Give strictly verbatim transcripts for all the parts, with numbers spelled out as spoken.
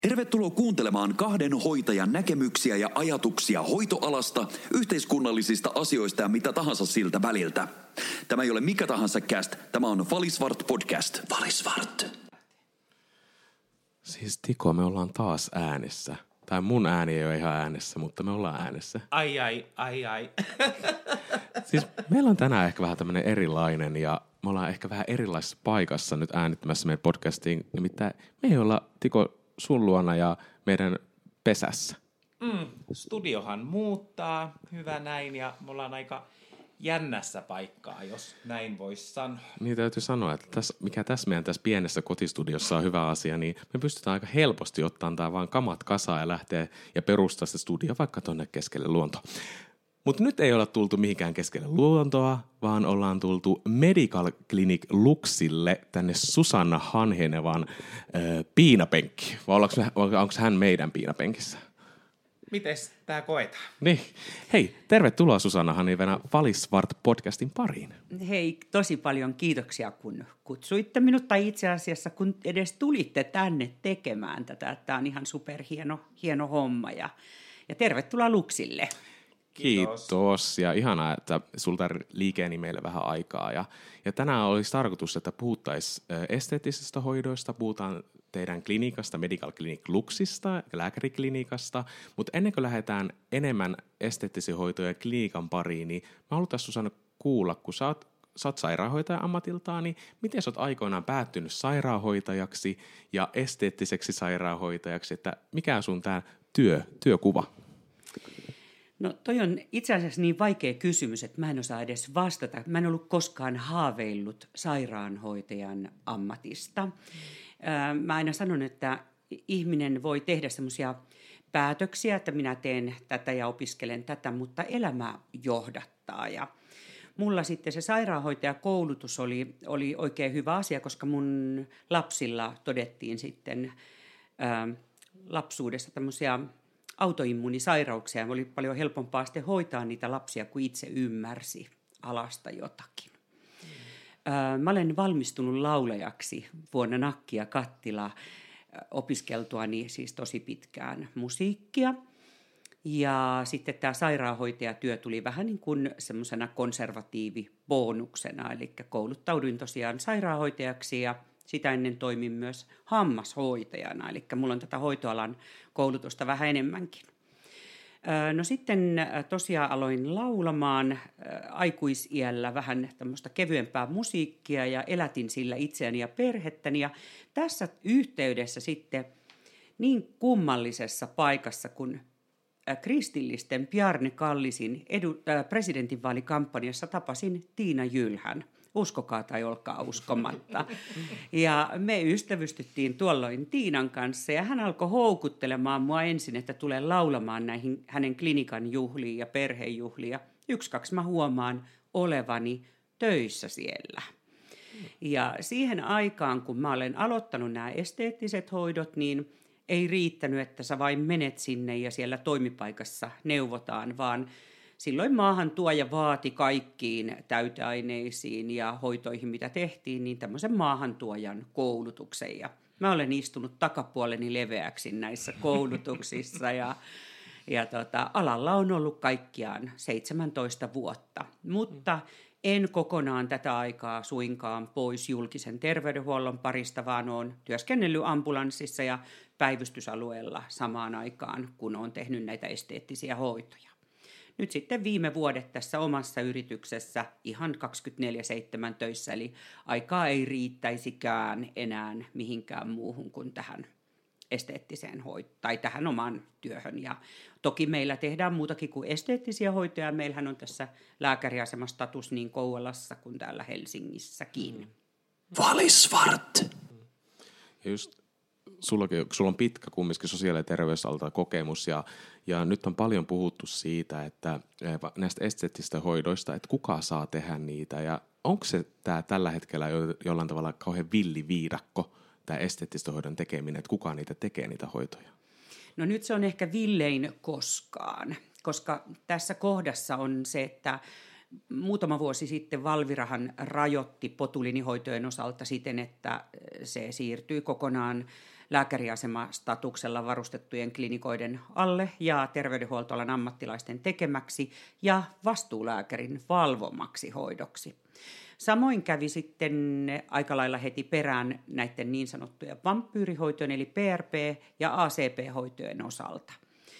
Tervetuloa kuuntelemaan kahden hoitajan näkemyksiä ja ajatuksia hoitoalasta, yhteiskunnallisista asioista ja mitä tahansa siltä väliltä. Tämä ei ole mikä tahansa cast, tämä on Valisvart podcast. Valisvart. Siis Tiko, me ollaan taas äänessä. Tai mun ääni ei ole ihan äänessä, mutta me ollaan äänessä. Ai ai, ai ai. Siis meillä on tänään ehkä vähän tämmönen erilainen ja me ollaan ehkä vähän erilaisessa paikassa nyt äänittämässä meidän podcastiin. Nimittäin me ei olla, Tiko, sun luona ja meidän pesässä. Mm, studiohan muuttaa, hyvä näin, ja me ollaan aika jännässä paikkaa, jos näin voisi sanoa. Niin täytyy sanoa, että tässä, mikä tässä meidän tässä pienessä kotistudiossa on hyvä asia, niin me pystytään aika helposti ottamaan tää vaan kamat kasaan ja lähteä ja perustaa se studio vaikka tonne keskelle luontoa. Mutta nyt ei olla tultu mihinkään keskelle luontoa, vaan ollaan tultu Medical Clinic Luxille tänne Susanna Hanhenevan äh, piinapenkki. Vai onko hän meidän piinapenkissä? Mites tää koetaan? Niin. Hei, tervetuloa Susanna Hanhevena Valisvart podcastin pariin. Hei, tosi paljon kiitoksia, kun kutsuitte minut, tai itse asiassa kun edes tulitte tänne tekemään tätä. Tämä on ihan superhieno hieno homma, ja, ja tervetuloa Luxille. Kiitos. Kiitos. Ja ihanaa, että sulta liikeeni meille vähän aikaa. Ja, ja tänään olisi tarkoitus, että puhuttaisiin esteettisistä hoidoista, puhutaan teidän klinikasta, Medical Clinic Luxista, lääkäriklinikasta, mutta ennen kuin lähdetään enemmän esteettisiä hoitoja klinikan pariin, niin mä haluaisin Susanna kuulla, kun sä oot, sä oot sairaanhoitaja ammatiltaan, niin miten sä oot aikoinaan päättynyt sairaanhoitajaksi ja esteettiseksi sairaanhoitajaksi, että mikä on sun tää työ, työkuva? No toi on itse asiassa niin vaikea kysymys, että mä en osaa edes vastata. Mä en ollut koskaan haaveillut sairaanhoitajan ammatista. Mä aina sanon, että ihminen voi tehdä semmoisia päätöksiä, että minä teen tätä ja opiskelen tätä, mutta elämä johdattaa. Ja mulla sitten se sairaanhoitajakoulutus oli, oli oikein hyvä asia, koska mun lapsilla todettiin sitten ää, lapsuudessa tämmöisiä autoimmuunisairauksia. Oli paljon helpompaa sitten hoitaa niitä lapsia, kun itse ymmärsi alasta jotakin. Mm. Mä olen valmistunut laulajaksi vuonna Nakki ja Kattila opiskeltuani siis tosi pitkään musiikkia. Ja sitten tämä sairaanhoitajatyö tuli vähän niin kuin semmoisena konservatiivibonuksena. Eli kouluttauduin tosiaan sairaanhoitajaksi ja sitä ennen toimin myös hammashoitajana, eli mulla on tätä hoitoalan koulutusta vähän enemmänkin. No sitten tosiaan aloin laulamaan aikuisiällä vähän tämmöistä kevyempää musiikkia ja elätin sillä itseäni ja perhettäni. Ja tässä yhteydessä sitten niin kummallisessa paikassa kuin kristillisten Bjarne Kallisin edu, äh, presidentinvaalikampanjassa tapasin Tiina Jylhän. Uskokaa tai olkaa uskomatta. Ja me ystävystyttiin tuolloin Tiinan kanssa ja hän alkoi houkuttelemaan mua ensin, että tulee laulamaan näihin hänen klinikan juhliin ja perhejuhliin. Ja yksi, kaksi mä huomaan olevani töissä siellä. Ja siihen aikaan, kun mä olen aloittanut nämä esteettiset hoidot, niin ei riittänyt, että sä vain menet sinne ja siellä toimipaikassa neuvotaan, vaan silloin maahantuoja vaati kaikkiin täyteaineisiin ja hoitoihin, mitä tehtiin, niin tämmöisen maahantuojan koulutuksen. Ja mä olen istunut takapuoleni leveäksi näissä koulutuksissa ja, ja tota, alalla on ollut kaikkiaan seitsemäntoista vuotta. Mutta en kokonaan tätä aikaa suinkaan pois julkisen terveydenhuollon parista, vaan olen työskennellyt ambulanssissa ja päivystysalueella samaan aikaan, kun olen tehnyt näitä esteettisiä hoitoja. Nyt sitten viime vuodet tässä omassa yrityksessä ihan kaksikymmentäneljä seitsemän töissä, eli aikaa ei riittäisikään enää mihinkään muuhun kuin tähän esteettiseen hoitoon tai tähän omaan työhön. Ja toki meillä tehdään muutakin kuin esteettisiä hoitoja. Meillähän on tässä lääkäriasemastatus niin Kouvolassa kuin täällä Helsingissäkin. Valisvart! Ja just sullakin, sulla on pitkä kumminkin sosiaali- ja terveysalta kokemus ja, ja nyt on paljon puhuttu siitä, että näistä esteettisistä hoidoista, että kuka saa tehdä niitä ja onko se tää tällä hetkellä jo, jollain tavalla kauhean villiviidakko, tämä esteettisten hoidon tekeminen, että kuka niitä tekee, niitä hoitoja? No nyt se on ehkä villein koskaan, koska tässä kohdassa on se, että muutama vuosi sitten Valvirahan rajoitti botuliinihoitojen osalta siten, että se siirtyi kokonaan lääkäriasemastatuksella varustettujen klinikoiden alle ja terveydenhuoltoalan ammattilaisten tekemäksi ja vastuulääkärin valvomaksi hoidoksi. Samoin kävi sitten aika lailla heti perään näiden niin sanottujen vampyyrihoitojen eli P R P- ja A C P-hoitojen osalta.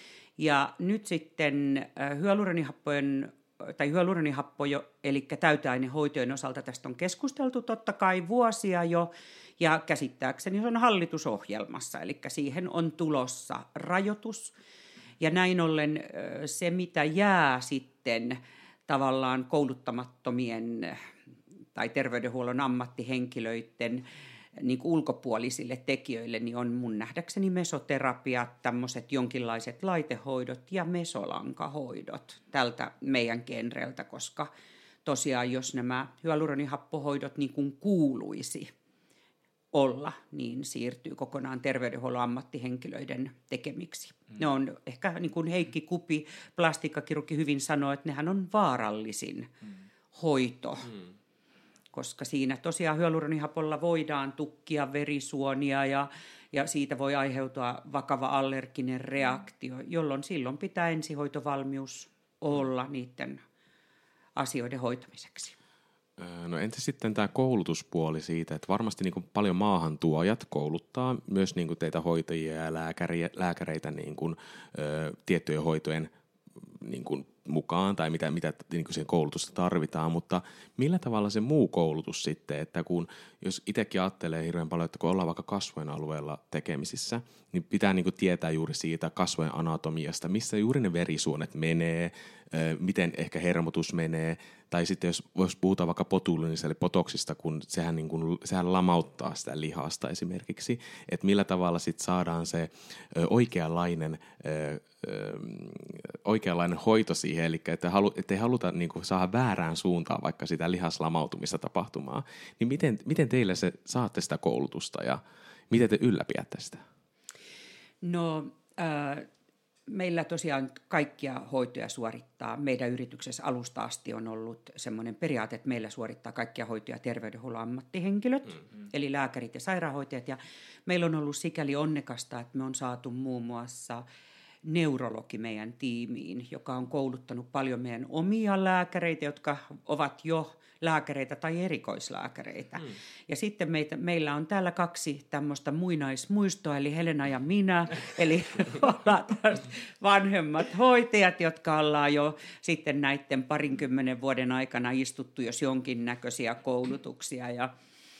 Ja nyt sitten hyaluronihappojen tai hyaluronihappo jo, eli täyteainehoitojen osalta tästä on keskusteltu totta kai vuosia jo, ja käsittääkseni se on hallitusohjelmassa, eli siihen on tulossa rajoitus. Ja näin ollen se, mitä jää sitten tavallaan kouluttamattomien tai terveydenhuollon ammattihenkilöiden niin kuin ulkopuolisille tekijöille, niin on mun nähdäkseni mesoterapia, tämmöiset jonkinlaiset laitehoidot ja mesolankahoidot tältä meidän genreltä, koska tosiaan jos nämä hyaluronihappohoidot niin kuin kuuluisi olla, niin siirtyy kokonaan terveydenhuollon ammattihenkilöiden tekemiksi. Mm. Ne on ehkä, niin kuin Heikki Kupi, plastiikkakirurgi hyvin sanoi, että nehän on vaarallisin mm. hoito. Mm. Koska siinä tosiaan hyaluronihapolla voidaan tukkia verisuonia ja, ja siitä voi aiheutua vakava allerginen reaktio, jolloin silloin pitää ensihoitovalmius olla niiden asioiden hoitamiseksi. No entä sitten tämä koulutuspuoli siitä, että varmasti niin kuin paljon maahantuojat kouluttaa myös niin kuin teitä hoitajia ja lääkäriä, lääkäreitä niin kuin, ö, tiettyjen hoitojen niin kuin mukaan tai mitä, mitä niin kuin siihen koulutusta tarvitaan, mutta millä tavalla se muu koulutus sitten, että kun jos itsekin ajattelee hirveän paljon, että kun ollaan vaikka kasvojen alueella tekemisissä, niin pitää niin kuin tietää juuri siitä kasvojen anatomiasta, missä juuri ne verisuonet menee, miten ehkä hermotus menee, tai sitten jos, jos puhutaan vaikka botulinisesta eli botoksista, kun sehän, niin kuin, sehän lamauttaa sitä lihasta esimerkiksi, että millä tavalla sitten saadaan se ö, oikeanlainen, ö, ö, oikeanlainen hoito siihen, eli että halu, ettei haluta niin kuin, saada väärään suuntaan vaikka sitä lihaslamautumista tapahtumaa, niin miten, miten teille se saatte sitä koulutusta ja miten te ylläpidätte sitä? No äh, meillä tosiaan kaikkia hoitoja suorittaa. Meidän yrityksessä alusta asti on ollut semmoinen periaate, että meillä suorittaa kaikkia hoitoja terveydenhuollon ammattihenkilöt, mm-hmm. eli lääkärit ja sairaanhoitajat. Ja meillä on ollut sikäli onnekasta, että me on saatu muun muassa neurologi meidän tiimiin, joka on kouluttanut paljon meidän omia lääkäreitä, jotka ovat jo lääkäreitä tai erikoislääkäreitä. Mm. Ja sitten meitä, meillä on täällä kaksi tämmöistä muinaismuistoa, eli Helena ja minä, eli ollaan vanhemmat hoitajat, jotka ollaan jo sitten näiden parinkymmenen vuoden aikana istuttu jos jonkinnäköisiä koulutuksia. Ja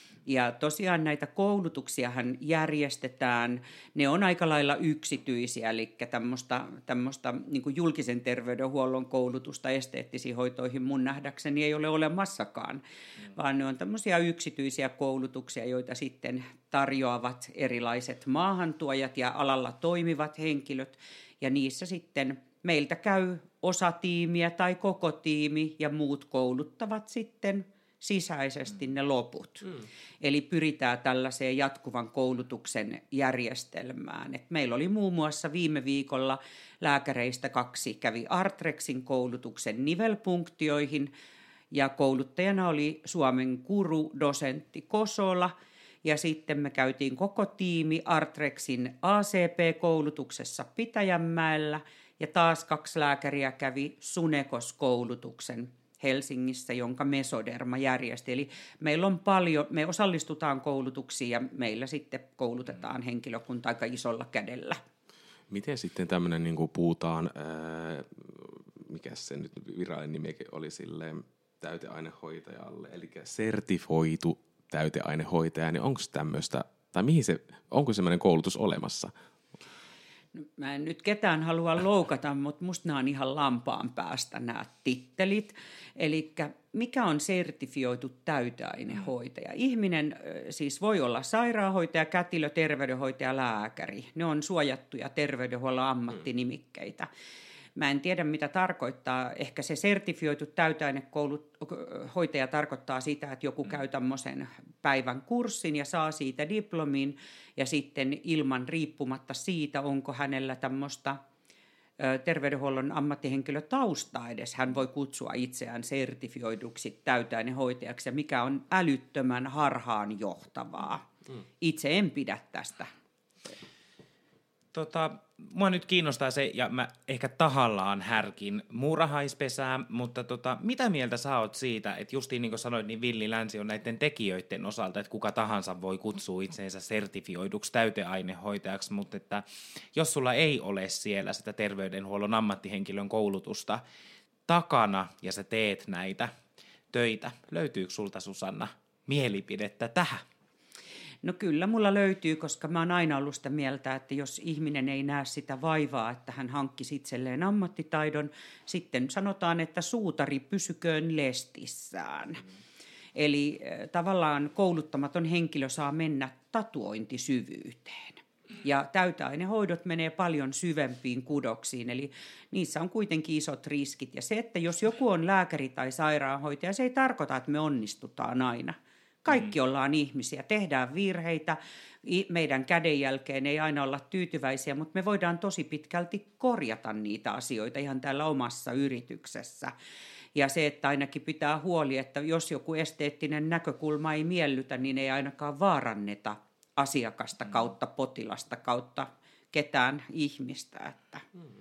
Ja tosiaan näitä koulutuksiahan järjestetään, ne on aika lailla yksityisiä, eli tämmöistä, tämmöistä niin kuin julkisen terveydenhuollon koulutusta esteettisiin hoitoihin mun nähdäkseni ei ole olemassakaan, mm. vaan ne on tämmöisiä yksityisiä koulutuksia, joita sitten tarjoavat erilaiset maahantuojat ja alalla toimivat henkilöt, ja niissä sitten meiltä käy osa tiimiä tai koko tiimi, ja muut kouluttavat sitten sisäisesti ne loput. Mm. Eli pyritään tällaiseen jatkuvan koulutuksen järjestelmään. Et meillä oli muun muassa viime viikolla lääkäreistä kaksi kävi Artrexin koulutuksen nivelpunktioihin, ja kouluttajana oli Suomen guru, dosentti Kosola, ja sitten me käytiin koko tiimi Artrexin A C P-koulutuksessa Pitäjänmäellä, ja taas kaksi lääkäriä kävi Sunekos-koulutuksen Helsingissä, jonka Mesoderma järjesti. Eli meillä on paljon, me osallistutaan koulutuksiin ja meillä sitten koulutetaan henkilökunta aika isolla kädellä. Miten sitten tämmöinen, niin kuin puhutaan, ää, mikä se nyt virallinen nimikin oli silleen täyteainehoitajalle, eli sertifoitu täyteainehoitaja, niin onko tämmöistä, tai mihin se, onko semmoinen koulutus olemassa? No, mä en nyt ketään halua loukata, mutta musta nämä on ihan lampaan päästä nämä tittelit. Eli mikä on sertifioitu täyteainehoitaja? Ihminen siis voi olla sairaanhoitaja, kätilö, terveydenhoitaja, lääkäri. Ne on suojattuja terveydenhuollon ammattinimikkeitä. Mä en tiedä, mitä tarkoittaa. Ehkä se sertifioitu täyteainehoitaja tarkoittaa sitä, että joku käy tämmöisen päivän kurssin ja saa siitä diplomin, ja sitten ilman riippumatta siitä, onko hänellä tämmöistä terveydenhuollon ammattihenkilötaustaa edes, hän voi kutsua itseään sertifioiduksi täyteainehoitajaksi, ja mikä on älyttömän harhaan johtavaa. Itse en pidä tästä Tota, mua nyt kiinnostaa se, ja mä ehkä tahallaan härkin muurahaispesää, mutta tota, mitä mieltä sä oot siitä, että justiin niin kuin sanoit, niin villi länsi on näiden tekijöiden osalta, että kuka tahansa voi kutsua itseensä sertifioiduksi täyteainehoitajaksi, mutta että jos sulla ei ole siellä sitä terveydenhuollon ammattihenkilön koulutusta takana ja sä teet näitä töitä, löytyykö sulta, Susanna, mielipidettä tähän? No kyllä mulla löytyy, koska mä oon aina ollut sitä mieltä, että jos ihminen ei näe sitä vaivaa, että hän hankkisi itselleen ammattitaidon, sitten sanotaan, että suutari pysyköön lestissään. Mm. Eli äh, tavallaan kouluttamaton henkilö saa mennä tatuointisyvyyteen. Ja täyteainehoidot menee paljon syvempiin kudoksiin, eli niissä on kuitenkin isot riskit. Ja se, että jos joku on lääkäri tai sairaanhoitaja, se ei tarkoita, että me onnistutaan aina. Kaikki mm. ollaan ihmisiä, tehdään virheitä, meidän kädenjälkeen ei aina olla tyytyväisiä, mutta me voidaan tosi pitkälti korjata niitä asioita ihan täällä omassa yrityksessä. Ja se, että ainakin pitää huoli, että jos joku esteettinen näkökulma ei miellytä, niin ei ainakaan vaaranneta asiakasta kautta potilasta kautta ketään ihmistä, että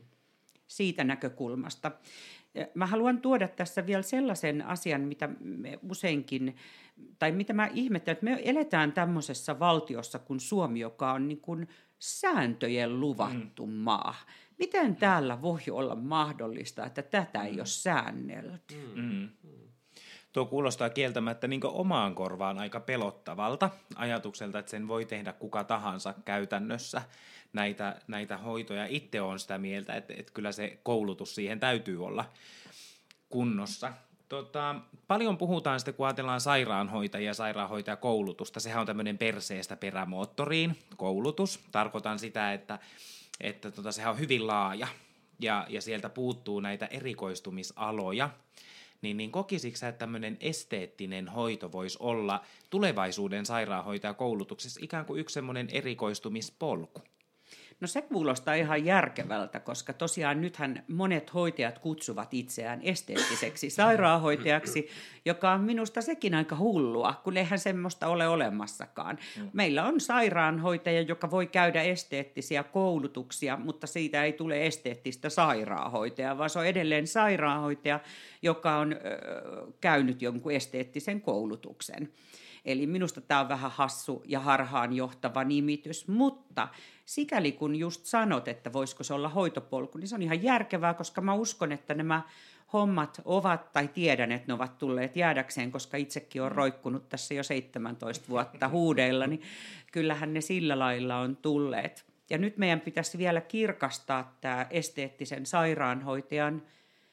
siitä näkökulmasta. Mä haluan tuoda tässä vielä sellaisen asian, mitä me useinkin, tai mitä mä ihmettelen, että me eletään tämmöisessä valtiossa kuin Suomi, joka on niin kuin sääntöjen luvattu mm. maa. Miten täällä voi olla mahdollista, että tätä ei ole säännelty? Mm. Tuo kuulostaa kieltämättä niin kuin omaan korvaan aika pelottavalta ajatukselta, että sen voi tehdä kuka tahansa käytännössä näitä, näitä hoitoja. Itse olen sitä mieltä, että, että kyllä se koulutus siihen täytyy olla kunnossa. Tota, paljon puhutaan sitten, kun ajatellaan sairaanhoitajia ja sairaanhoitajakoulutusta. Sehän on tämmöinen perseestä perämoottoriin koulutus. Tarkoitan sitä, että, että tota, sehän on hyvin laaja ja, ja sieltä puuttuu näitä erikoistumisaloja. Niin, niin kokisitko sä, että tämmöinen esteettinen hoito voisi olla tulevaisuuden sairaanhoitajakoulutuksessa ikään kuin yksi semmoinen erikoistumispolku? No se kuulostaa ihan järkevältä, koska tosiaan nythän monet hoitajat kutsuvat itseään esteettiseksi sairaanhoitajaksi, joka on minusta sekin aika hullua, kun eihän semmoista ole olemassakaan. Meillä on sairaanhoitaja, joka voi käydä esteettisiä koulutuksia, mutta siitä ei tule esteettistä sairaanhoitajaa, vaan se on edelleen sairaanhoitaja, joka on ö, käynyt jonkun esteettisen koulutuksen. Eli minusta tämä on vähän hassu ja harhaanjohtava nimitys, mutta sikäli kun just sanot, että voisiko se olla hoitopolku, niin se on ihan järkevää, koska mä uskon, että nämä hommat ovat, tai tiedän, että ne ovat tulleet jäädäkseen, koska itsekin olen roikkunut tässä jo seitsemäntoista vuotta huudeilla, niin kyllähän ne sillä lailla on tulleet. Ja nyt meidän pitäisi vielä kirkastaa tämä esteettisen sairaanhoitajan,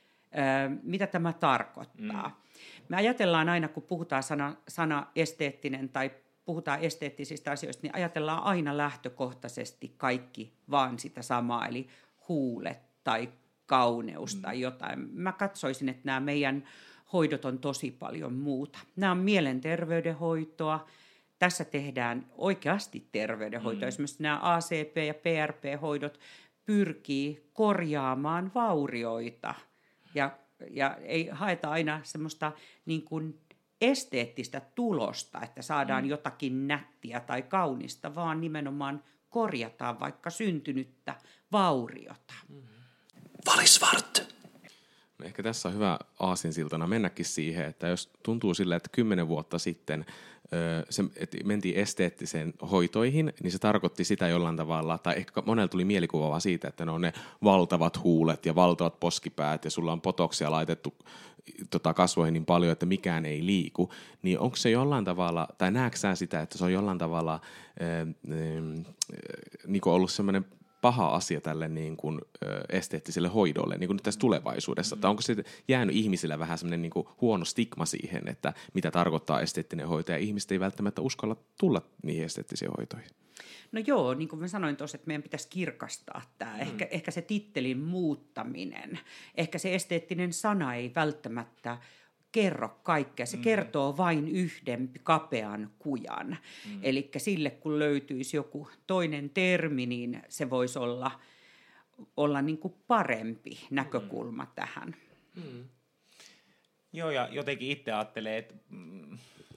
mitä tämä tarkoittaa. Mm. Me ajatellaan aina, kun puhutaan sana, sana esteettinen tai puhutaan esteettisistä asioista, niin ajatellaan aina lähtökohtaisesti kaikki vaan sitä samaa, eli huulet tai kauneus mm. tai jotain. Mä katsoisin, että nämä meidän hoidot on tosi paljon muuta. Nämä on mielenterveydenhoitoa. Tässä tehdään oikeasti terveydenhoitoa. Mm. Esimerkiksi nämä A C P- ja P R P-hoidot pyrkii korjaamaan vaurioita ja Ja ei haeta aina semmoista niin kuin esteettistä tulosta, että saadaan mm. jotakin nättiä tai kaunista, vaan nimenomaan korjataan vaikka syntynyttä vauriota. Mm. Valisvart. Ehkä tässä on hyvä aasinsiltana mennäkin siihen, että jos tuntuu sillä, että kymmenen vuotta sitten se, että mentiin esteettiseen hoitoihin, niin se tarkoitti sitä jollain tavalla, tai ehkä monella tuli mielikuva vaan siitä, että ne on ne valtavat huulet ja valtavat poskipäät ja sulla on botoksia laitettu tota, kasvoihin niin paljon, että mikään ei liiku, niin onko se jollain tavalla, tai näetkö sä sitä, että se on jollain tavalla äh, äh, niin kuin ollut semmoinen paha asia tälle niin kuin, ö, esteettiselle hoidolle niin kuin nyt tässä tulevaisuudessa? Mm. Tai onko se jäänyt ihmisillä vähän semmoinen niin kuin huono stigma siihen, että mitä tarkoittaa esteettinen hoito, ja ihmiset ei välttämättä uskalla tulla niihin esteettisiin hoitoihin? No joo, niin kuin mä sanoin tuossa, että meidän pitäisi kirkastaa tämä. Mm. Ehkä, ehkä se tittelin muuttaminen, ehkä se esteettinen sana ei välttämättä kerro kaikkea. Se mm. kertoo vain yhden kapean kujan. Mm. Eli sille, kun löytyisi joku toinen termi, niin se voisi olla, olla niin kuin parempi näkökulma mm. tähän. Mm. Joo, ja jotenkin itse ajattelee, että mm,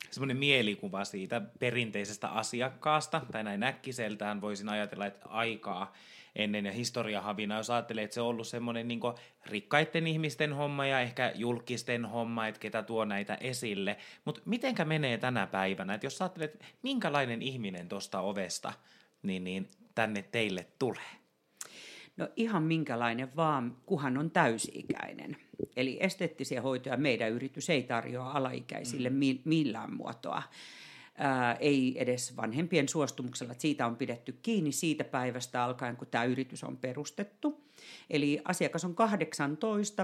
semmoinen mielikuva siitä perinteisestä asiakkaasta, tai näin äkkiseltään voisin ajatella, että aikaa ennen ja historiahavina, jos ajattelee, että se on ollut semmoinen niin kuin rikkaiden ihmisten homma ja ehkä julkisten homma, että ketä tuo näitä esille. Mutta mitenkä menee tänä päivänä, että jos ajattelet, että minkälainen ihminen tuosta ovesta niin, niin tänne teille tulee? No ihan minkälainen vaan, kuhan on täysi-ikäinen. Eli esteettisiä hoitoja meidän yritys ei tarjoa alaikäisille mm. millään muotoa. Ää, ei edes vanhempien suostumuksella, että siitä on pidetty kiinni siitä päivästä alkaen, kun tämä yritys on perustettu. Eli asiakas on kahdeksantoista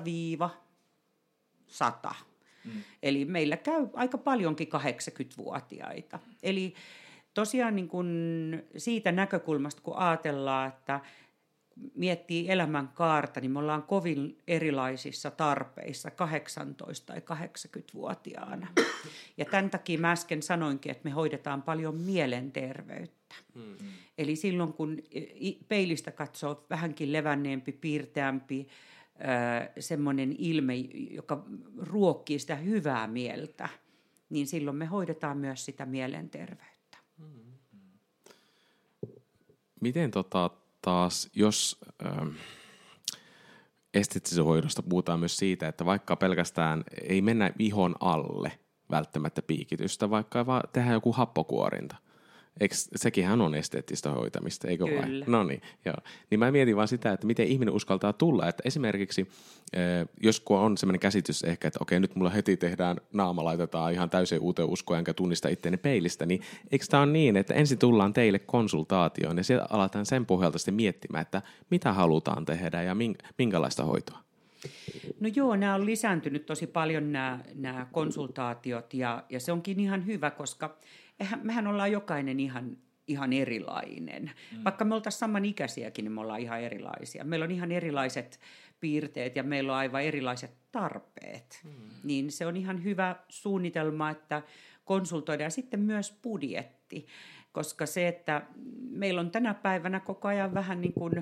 sata. Mm. Eli meillä käy aika paljonkin kahdeksankymmentävuotiaita. Eli tosiaan niin kun siitä näkökulmasta, kun ajatellaan, että miettii elämän kaarta, niin me ollaan kovin erilaisissa tarpeissa kahdeksantoista- tai kahdeksankymmentävuotiaana. Ja tämän takia mä äsken sanoinkin, että me hoidetaan paljon mielenterveyttä. Mm-hmm. Eli silloin, kun peilistä katsoo vähänkin levänneempi, piirteämpi, semmoinen ilme, joka ruokkii sitä hyvää mieltä, niin silloin me hoidetaan myös sitä mielenterveyttä. Mm-hmm. Miten tota... taas, jos ähm, esteettisen hoidosta puhutaan myös siitä, että vaikka pelkästään ei mennä ihon alle välttämättä piikitystä, vaikka vaan tehdään joku happokuorinta. Eikö, sekinhän on esteettistä hoitamista, eikö Kyllä. vai? No niin, joo. Niin mä mietin vaan sitä, että miten ihminen uskaltaa tulla. Että esimerkiksi, jos on sellainen käsitys ehkä, että okei, nyt mulla heti tehdään naama, laitetaan ihan täysin uuteen uskoon, enkä tunnista itseäni peilistä, niin eikö tämä ole niin, että ensin tullaan teille konsultaatioon ja sieltä aletaan sen pohjalta sitten miettimään, että mitä halutaan tehdä ja minkälaista hoitoa? No joo, nämä on lisääntynyt tosi paljon nämä, nämä konsultaatiot ja, ja se onkin ihan hyvä, koska eihän, mehän ollaan jokainen ihan, ihan erilainen. Mm. Vaikka me oltaisiin samanikäisiäkin, niin me ollaan ihan erilaisia. Meillä on ihan erilaiset piirteet ja meillä on aivan erilaiset tarpeet. Mm. Niin se on ihan hyvä suunnitelma, että konsultoidaan sitten myös budjetti. Koska se, että meillä on tänä päivänä koko ajan vähän niin kuin, ö,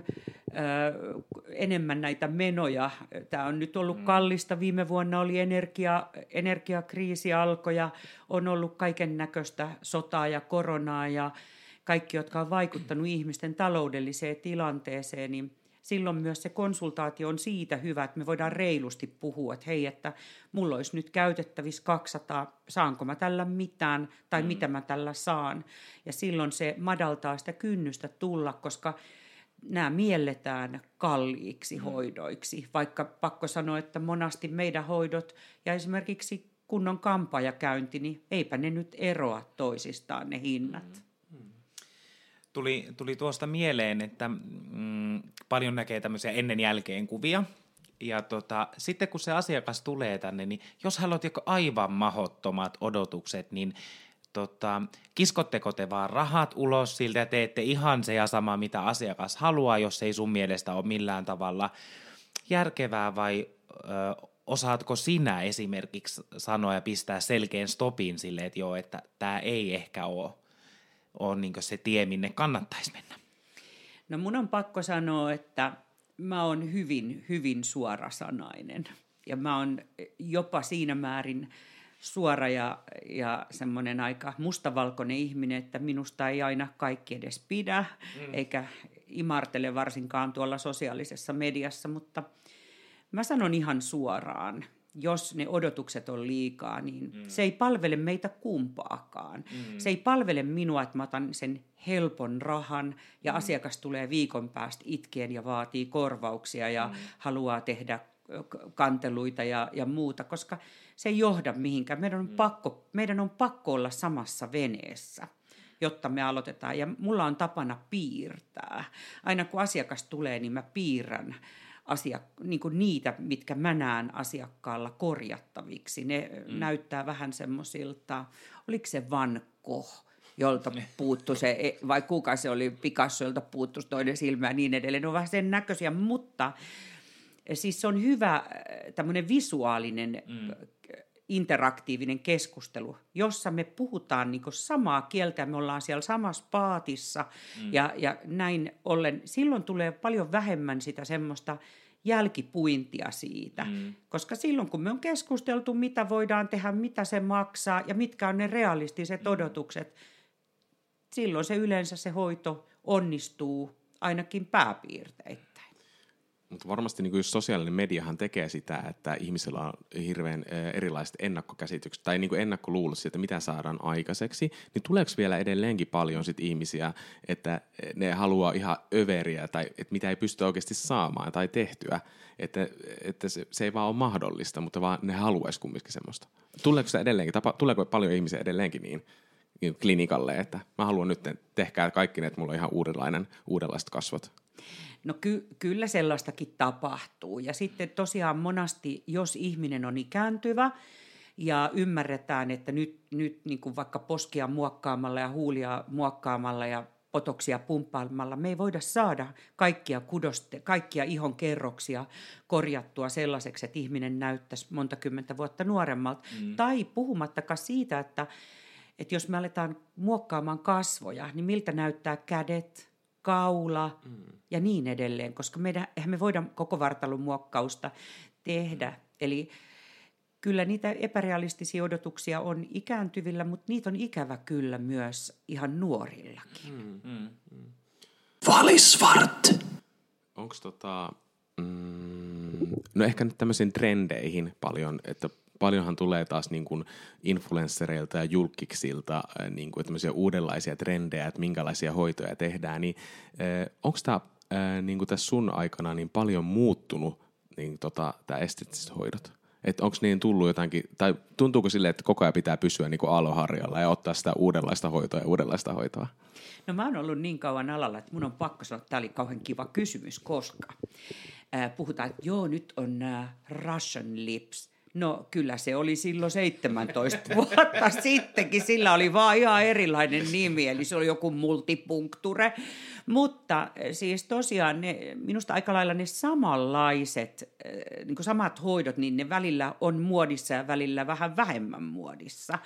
enemmän näitä menoja. Tämä on nyt ollut kallista. Viime vuonna oli energia, energiakriisi alkoi ja on ollut kaiken näköistä sotaa ja koronaa ja kaikki, jotka on vaikuttanut ihmisten taloudelliseen tilanteeseen, niin silloin myös se konsultaatio on siitä hyvä, että me voidaan reilusti puhua, että hei, että mulla olisi nyt käytettävissä kaksisataa, saanko mä tällä mitään tai mm. mitä mä tällä saan. Ja silloin se madaltaa sitä kynnystä tulla, koska nämä mielletään kalliiksi mm. hoidoiksi. Vaikka pakko sanoa, että monasti meidän hoidot ja esimerkiksi kunnon kampaajakäynti, niin eipä ne nyt eroa toisistaan ne hinnat. Mm. Tuli, tuli tuosta mieleen, että mm, paljon näkee tämmöisiä ennen-jälkeen kuvia. Ja tota, sitten kun se asiakas tulee tänne, niin jos haluat joku aivan mahottomat odotukset, niin tota, kiskotteko te vaan rahat ulos siltä ja teette ihan se ja sama, mitä asiakas haluaa, jos ei sun mielestä ole millään tavalla järkevää, vai ö, osaatko sinä esimerkiksi sanoa ja pistää selkeän stopin silleen, että joo, että tämä ei ehkä ole. on niin se tie, minne kannattaisi mennä? No mun on pakko sanoa, että mä oon hyvin, hyvin suorasanainen. Ja mä oon jopa siinä määrin suora ja, ja semmoinen aika mustavalkoinen ihminen, että minusta ei aina kaikki edes pidä, mm. eikä imartele varsinkaan tuolla sosiaalisessa mediassa, mutta mä sanon ihan suoraan. Jos ne odotukset on liikaa, niin mm. se ei palvele meitä kumpaakaan. Mm. Se ei palvele minua, että mä otan sen helpon rahan ja mm. asiakas tulee viikon päästä itkien ja vaatii korvauksia ja mm. haluaa tehdä kanteluita ja, ja muuta, koska se ei johda mihinkään. Meidän on, mm. pakko, meidän on pakko olla samassa veneessä, jotta me aloitetaan. Ja mulla on tapana piirtää. Aina kun asiakas tulee, niin mä piirrän Asiak- niin kuin niitä, mitkä mä näen asiakkaalla korjattaviksi. Ne mm. näyttää vähän semmoisilta, oliko se Van Gogh, jolta puuttu se, vai kuka se oli, Picasso, jolta puuttu toinen silmä ja niin edelleen. Ne on vähän sen näköisiä, mutta siis se on hyvä tämmöinen visuaalinen mm. interaktiivinen keskustelu, jossa me puhutaan niin kuin samaa kieltä, me ollaan siellä samassa paatissa mm. ja, ja näin ollen. Silloin tulee paljon vähemmän sitä semmoista jälkipuintia siitä, mm. koska silloin kun me on keskusteltu, mitä voidaan tehdä, mitä se maksaa ja mitkä on ne realistiset mm. odotukset, silloin se yleensä se hoito onnistuu ainakin pääpiirteittäin. Mutta varmasti niin kuin sosiaalinen mediahan tekee sitä, että ihmisillä on hirveän erilaiset ennakkokäsitykset tai niin kuin ennakkoluulot siitä, mitä saadaan aikaiseksi. Niin tuleeko vielä edelleenkin paljon sit ihmisiä, että ne haluaa ihan överiä tai että mitä ei pysty oikeasti saamaan tai tehtyä, että, että se, se ei vaan ole mahdollista, mutta vaan ne haluaisi kumminkin semmoista. Tuleeko se edelleenkin, tapa, tuleeko paljon ihmisiä edelleenkin niin, niin klinikalle, että mä haluan nyt tehkää kaikki ne, että mulla on ihan uudenlainen, uudenlaiset kasvot? No ky- kyllä sellaistakin tapahtuu. Ja sitten tosiaan monasti, jos ihminen on ikääntyvä ja ymmärretään, että nyt, nyt niin kuin vaikka poskia muokkaamalla ja huulia muokkaamalla ja potoksia pumppaamalla, me ei voida saada kaikkia, kudoste, kaikkia ihon kerroksia korjattua sellaiseksi, että ihminen näyttäisi monta kymmentä vuotta nuoremmalta. Mm. Tai puhumattakaan siitä, että, että jos me aletaan muokkaamaan kasvoja, niin miltä näyttää kädet, kaula mm. ja niin edelleen, koska meidän, eihän me voida koko vartalon muokkausta tehdä. Mm. Eli kyllä niitä epärealistisia odotuksia on ikääntyvillä, mutta niitä on ikävä kyllä myös ihan nuorillakin. Mm. Mm. Mm. Valisvart! Onko tota, mm, no ehkä nyt tämmöisiin trendeihin paljon, että paljonhan tulee taas niin kuin influenssereilta ja julkkiksilta niin kuin tämmöisiä uudenlaisia trendejä, että minkälaisia hoitoja tehdään, niin onko tämä niin kuin tässä sun aikana niin paljon muuttunut niin tota, tämä esteettiset hoidot? Että onko niin tullut jotakin, tai tuntuuko silleen, että koko ajan pitää pysyä niin kuin aallonharjalla ja ottaa sitä uudenlaista hoitoa ja uudenlaista hoitoa? No mä oon ollut niin kauan alalla, että mun on pakko sanoa, että tämä oli kauhean kiva kysymys, koska äh, puhutaan, että joo, nyt on äh, Russian lips. No kyllä se oli silloin seitsemäntoista vuotta sittenkin, sillä oli vaan ihan erilainen nimi, eli se oli joku multipunkture. Mutta siis tosiaan ne, minusta aika lailla ne samanlaiset, niin kuin samat hoidot, niin ne välillä on muodissa ja välillä vähän vähemmän muodissa.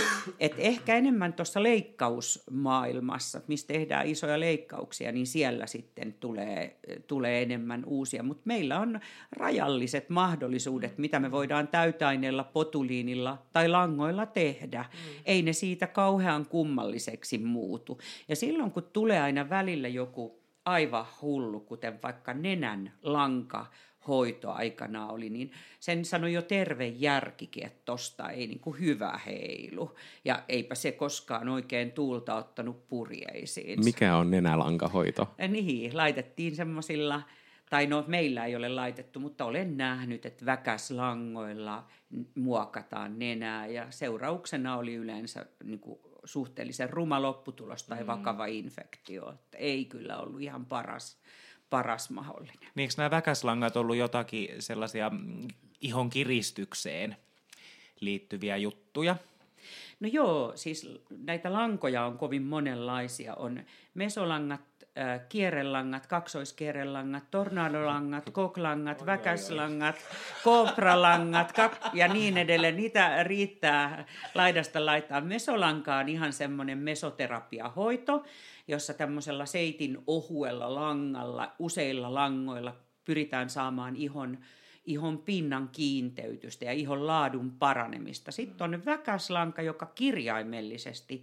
Et ehkä enemmän tuossa leikkausmaailmassa, missä tehdään isoja leikkauksia, niin siellä sitten tulee, tulee enemmän uusia. Mutta meillä on rajalliset mahdollisuudet, mitä me voidaan täytaineella, potuliinilla tai langoilla tehdä. Mm. Ei ne siitä kauhean kummalliseksi muutu. Ja silloin, kun tulee aina välillä joku aivan hullu, kuten vaikka nenän lanka hoito aikanaan oli, niin sen sanoi jo terve järkikin, että tosta ei niin kuin hyvä heilu. Ja eipä se koskaan oikein tuulta ottanut purjeisiin. Mikä on nenälankahoito? Niin, laitettiin semmoisilla, tai no meillä ei ole laitettu, mutta olen nähnyt, että väkäslangoilla muokataan nenää ja seurauksena oli yleensä niin kuin suhteellisen ruma lopputulos tai vakava infektio. Että ei kyllä ollut ihan paras, paras mahdollinen. Niin eikö nämä väkäslangat ollut jotakin sellaisia ihon kiristykseen liittyviä juttuja? No joo, siis näitä lankoja on kovin monenlaisia. On mesolangat, äh, kierrelangat, kaksoiskierrelangat, tornadolangat, koklangat, väkäslangat, kobralangat kak- ja niin edelleen. Niitä riittää laidasta laitaan. Mesolanka on ihan semmoinen mesoterapiahoito, jossa tämmöisellä seitin ohuella langalla, useilla langoilla pyritään saamaan ihon ihon pinnan kiinteytystä ja ihon laadun paranemista. Sitten on väkäslanka, joka kirjaimellisesti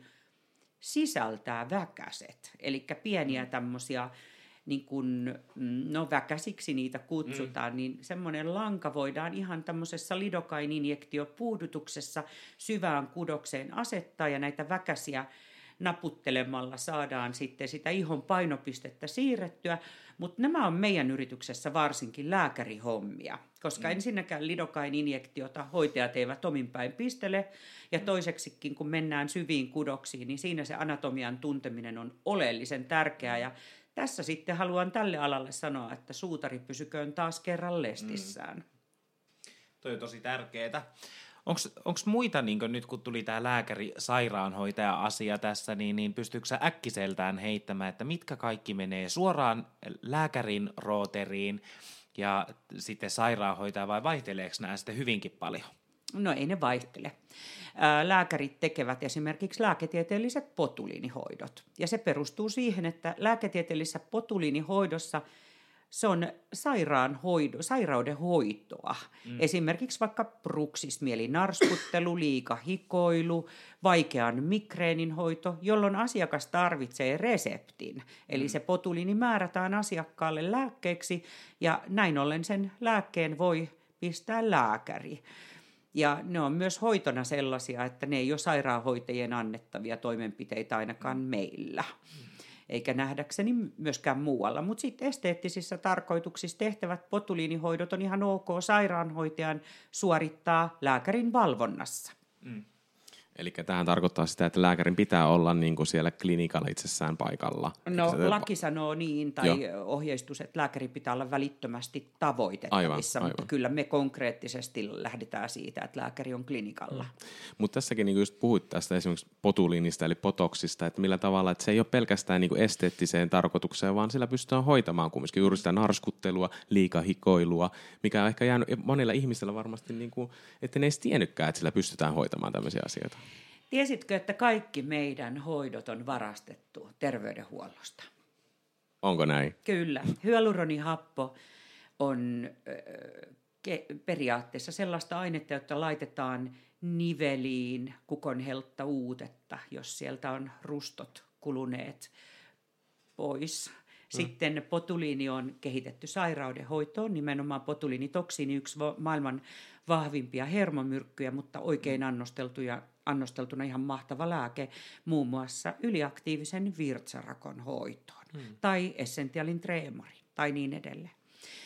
sisältää väkäset, eli pieniä tämmöisiä, niin kuin, no väkäsiksi niitä kutsutaan, mm. niin semmoinen lanka voidaan ihan tämmöisessä lidokain-injektiopuudutuksessa syvään kudokseen asettaa ja näitä väkäsiä naputtelemalla saadaan sitten sitä ihon painopistettä siirrettyä, mutta nämä on meidän yrityksessä varsinkin lääkärihommia, koska mm. ensinnäkään lidokain-injektiota hoitajat eivät omin päin pistele, ja toiseksikin kun mennään syviin kudoksiin, niin siinä se anatomian tunteminen on oleellisen tärkeää, ja tässä sitten haluan tälle alalle sanoa, että suutari pysyköön taas kerran lestissään. Mm. Toi on tosi tärkeää. Onko muita, niin nyt kun tuli tämä lääkäri-sairaanhoitaja-asia tässä, niin, niin pystyykö sä äkkiseltään heittämään, että mitkä kaikki menee suoraan lääkärin rooteriin ja sitten sairaanhoitaja, vai vaihteleeko nämä sitten hyvinkin paljon? No ei ne vaihtele. Lääkärit tekevät esimerkiksi lääketieteelliset botuliinihoidot. Ja se perustuu siihen, että lääketieteellisessä botuliinihoidossa se on sairaanhoido, sairauden hoitoa. Mm. Esimerkiksi vaikka bruksismi, eli narskuttelu, liikahikoilu, vaikean migreenin hoito, jolloin asiakas tarvitsee reseptin. Eli mm. se botuliini määrätään asiakkaalle lääkkeeksi ja näin ollen sen lääkkeen voi pistää lääkäri. Ja ne on myös hoitona sellaisia, että ne ei ole sairaanhoitajien annettavia toimenpiteitä ainakaan meillä. Eikä nähdäkseni myöskään muualla. Mutta sitten esteettisissä tarkoituksissa tehtävät botuliinihoidot on ihan ok sairaanhoitajan suorittaa lääkärin valvonnassa. Mm. Eli tämähän tarkoittaa sitä, että lääkärin pitää olla niin kuin siellä klinikalla itsessään paikalla. No se laki sanoo niin, tai Joo. ohjeistus, että lääkärin pitää olla välittömästi tavoitettavissa, aivan, mutta aivan. kyllä me konkreettisesti lähdetään siitä, että lääkäri on klinikalla. Mm. Mutta tässäkin niin just puhuit tästä esimerkiksi botuliinista eli botoksista, että millä tavalla, että se ei ole pelkästään niin kuin esteettiseen tarkoitukseen, vaan sillä pystytään hoitamaan kumminkin juuri sitä narskuttelua, liikahikoilua, mikä on ehkä jäänyt monilla ihmisillä varmasti, niin kuin, että ne ei tiennytkään, että sillä pystytään hoitamaan tämmöisiä asioita. Tiesitkö, että kaikki meidän hoidot on varastettu terveydenhuollosta? Onko näin? Kyllä. Hyaluronihappo on äh, ke- periaatteessa sellaista ainetta, jota laitetaan niveliin kukonheltta uutetta, jos sieltä on rustot kuluneet pois. Sitten botuliini on kehitetty sairaudenhoitoon, nimenomaan botuliinitoksiini, yksi maailman vahvimpia hermomyrkkyjä, mutta oikein annosteltuja, annosteltuna ihan mahtava lääke, muun muassa yliaktiivisen virtsarakon hoitoon, hmm. tai essentialin tremori, tai niin edelleen.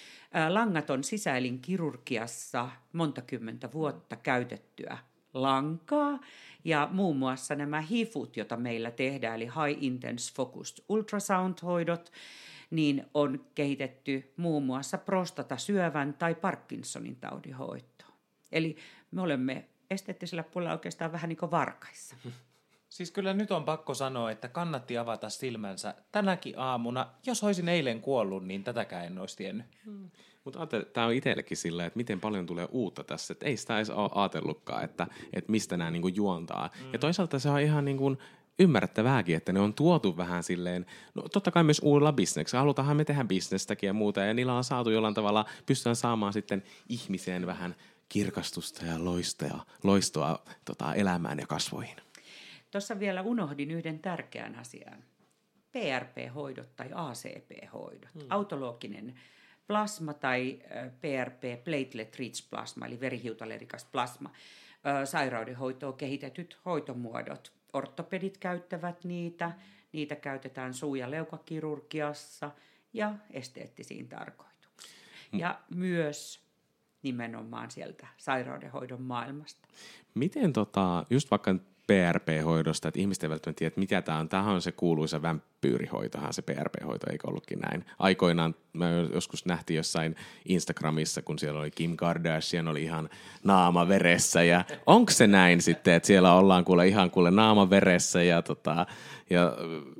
Langaton sisäelinkirurgiassa monta kymmentä vuotta käytettyä lankaa, ja muun muassa nämä hifut, joita meillä tehdään, eli High Intense Focused Ultrasound-hoidot, niin on kehitetty muun muassa prostatasyövän tai Parkinsonin taudin hoitoon. Eli me olemme esteettisellä puolella oikeastaan vähän niin kuin varkaissa. Siis kyllä nyt on pakko sanoa, että kannatti avata silmänsä tänäkin aamuna. Jos olisin eilen kuollut, niin tätäkään en olisi tiennyt. Hmm. Mutta tämä on itsellekin sillä, että miten paljon tulee uutta tässä. Että ei sitä edes ole ajatellutkaan, että, että mistä nämä niinku juontaa. Hmm. Ja toisaalta se on ihan niinku ymmärrettävääkin, että ne on tuotu vähän silleen, no totta kai myös uudella bisneksellä. Halutaanhan me tehdä bisnestäkin ja muuta. Ja niillä on saatu jollain tavalla, pystytään saamaan sitten ihmiseen vähän kirkastusta ja loistoa, loistoa tota, elämään ja kasvoihin. Tuossa vielä unohdin yhden tärkeän asian. P R P-hoidot tai A C P-hoidot. Hmm. Autolooginen plasma tai P R P, platelet rich plasma, eli verihiutalerikas plasma. Sairaudenhoitoon kehitetyt hoitomuodot. Ortopedit käyttävät niitä. Niitä käytetään suu- ja leukakirurgiassa ja esteettisiin tarkoituksiin. Hmm. Ja myös nimenomaan sieltä sairaudenhoidon maailmasta. Miten tota, just vaikka P R P-hoidosta, että ihmiset eivät välttämättä tiedä, että mikä tämä on. Tämähän on se kuuluisa vampyyrihoitohan, se P R P-hoito, eikö ollutkin näin? Aikoinaan mä joskus nähtiin jossain Instagramissa, kun siellä oli Kim Kardashian, oli ihan naama veressä. Ja onko se näin sitten, että siellä ollaan kuule ihan kuule naama veressä ja, tota, ja,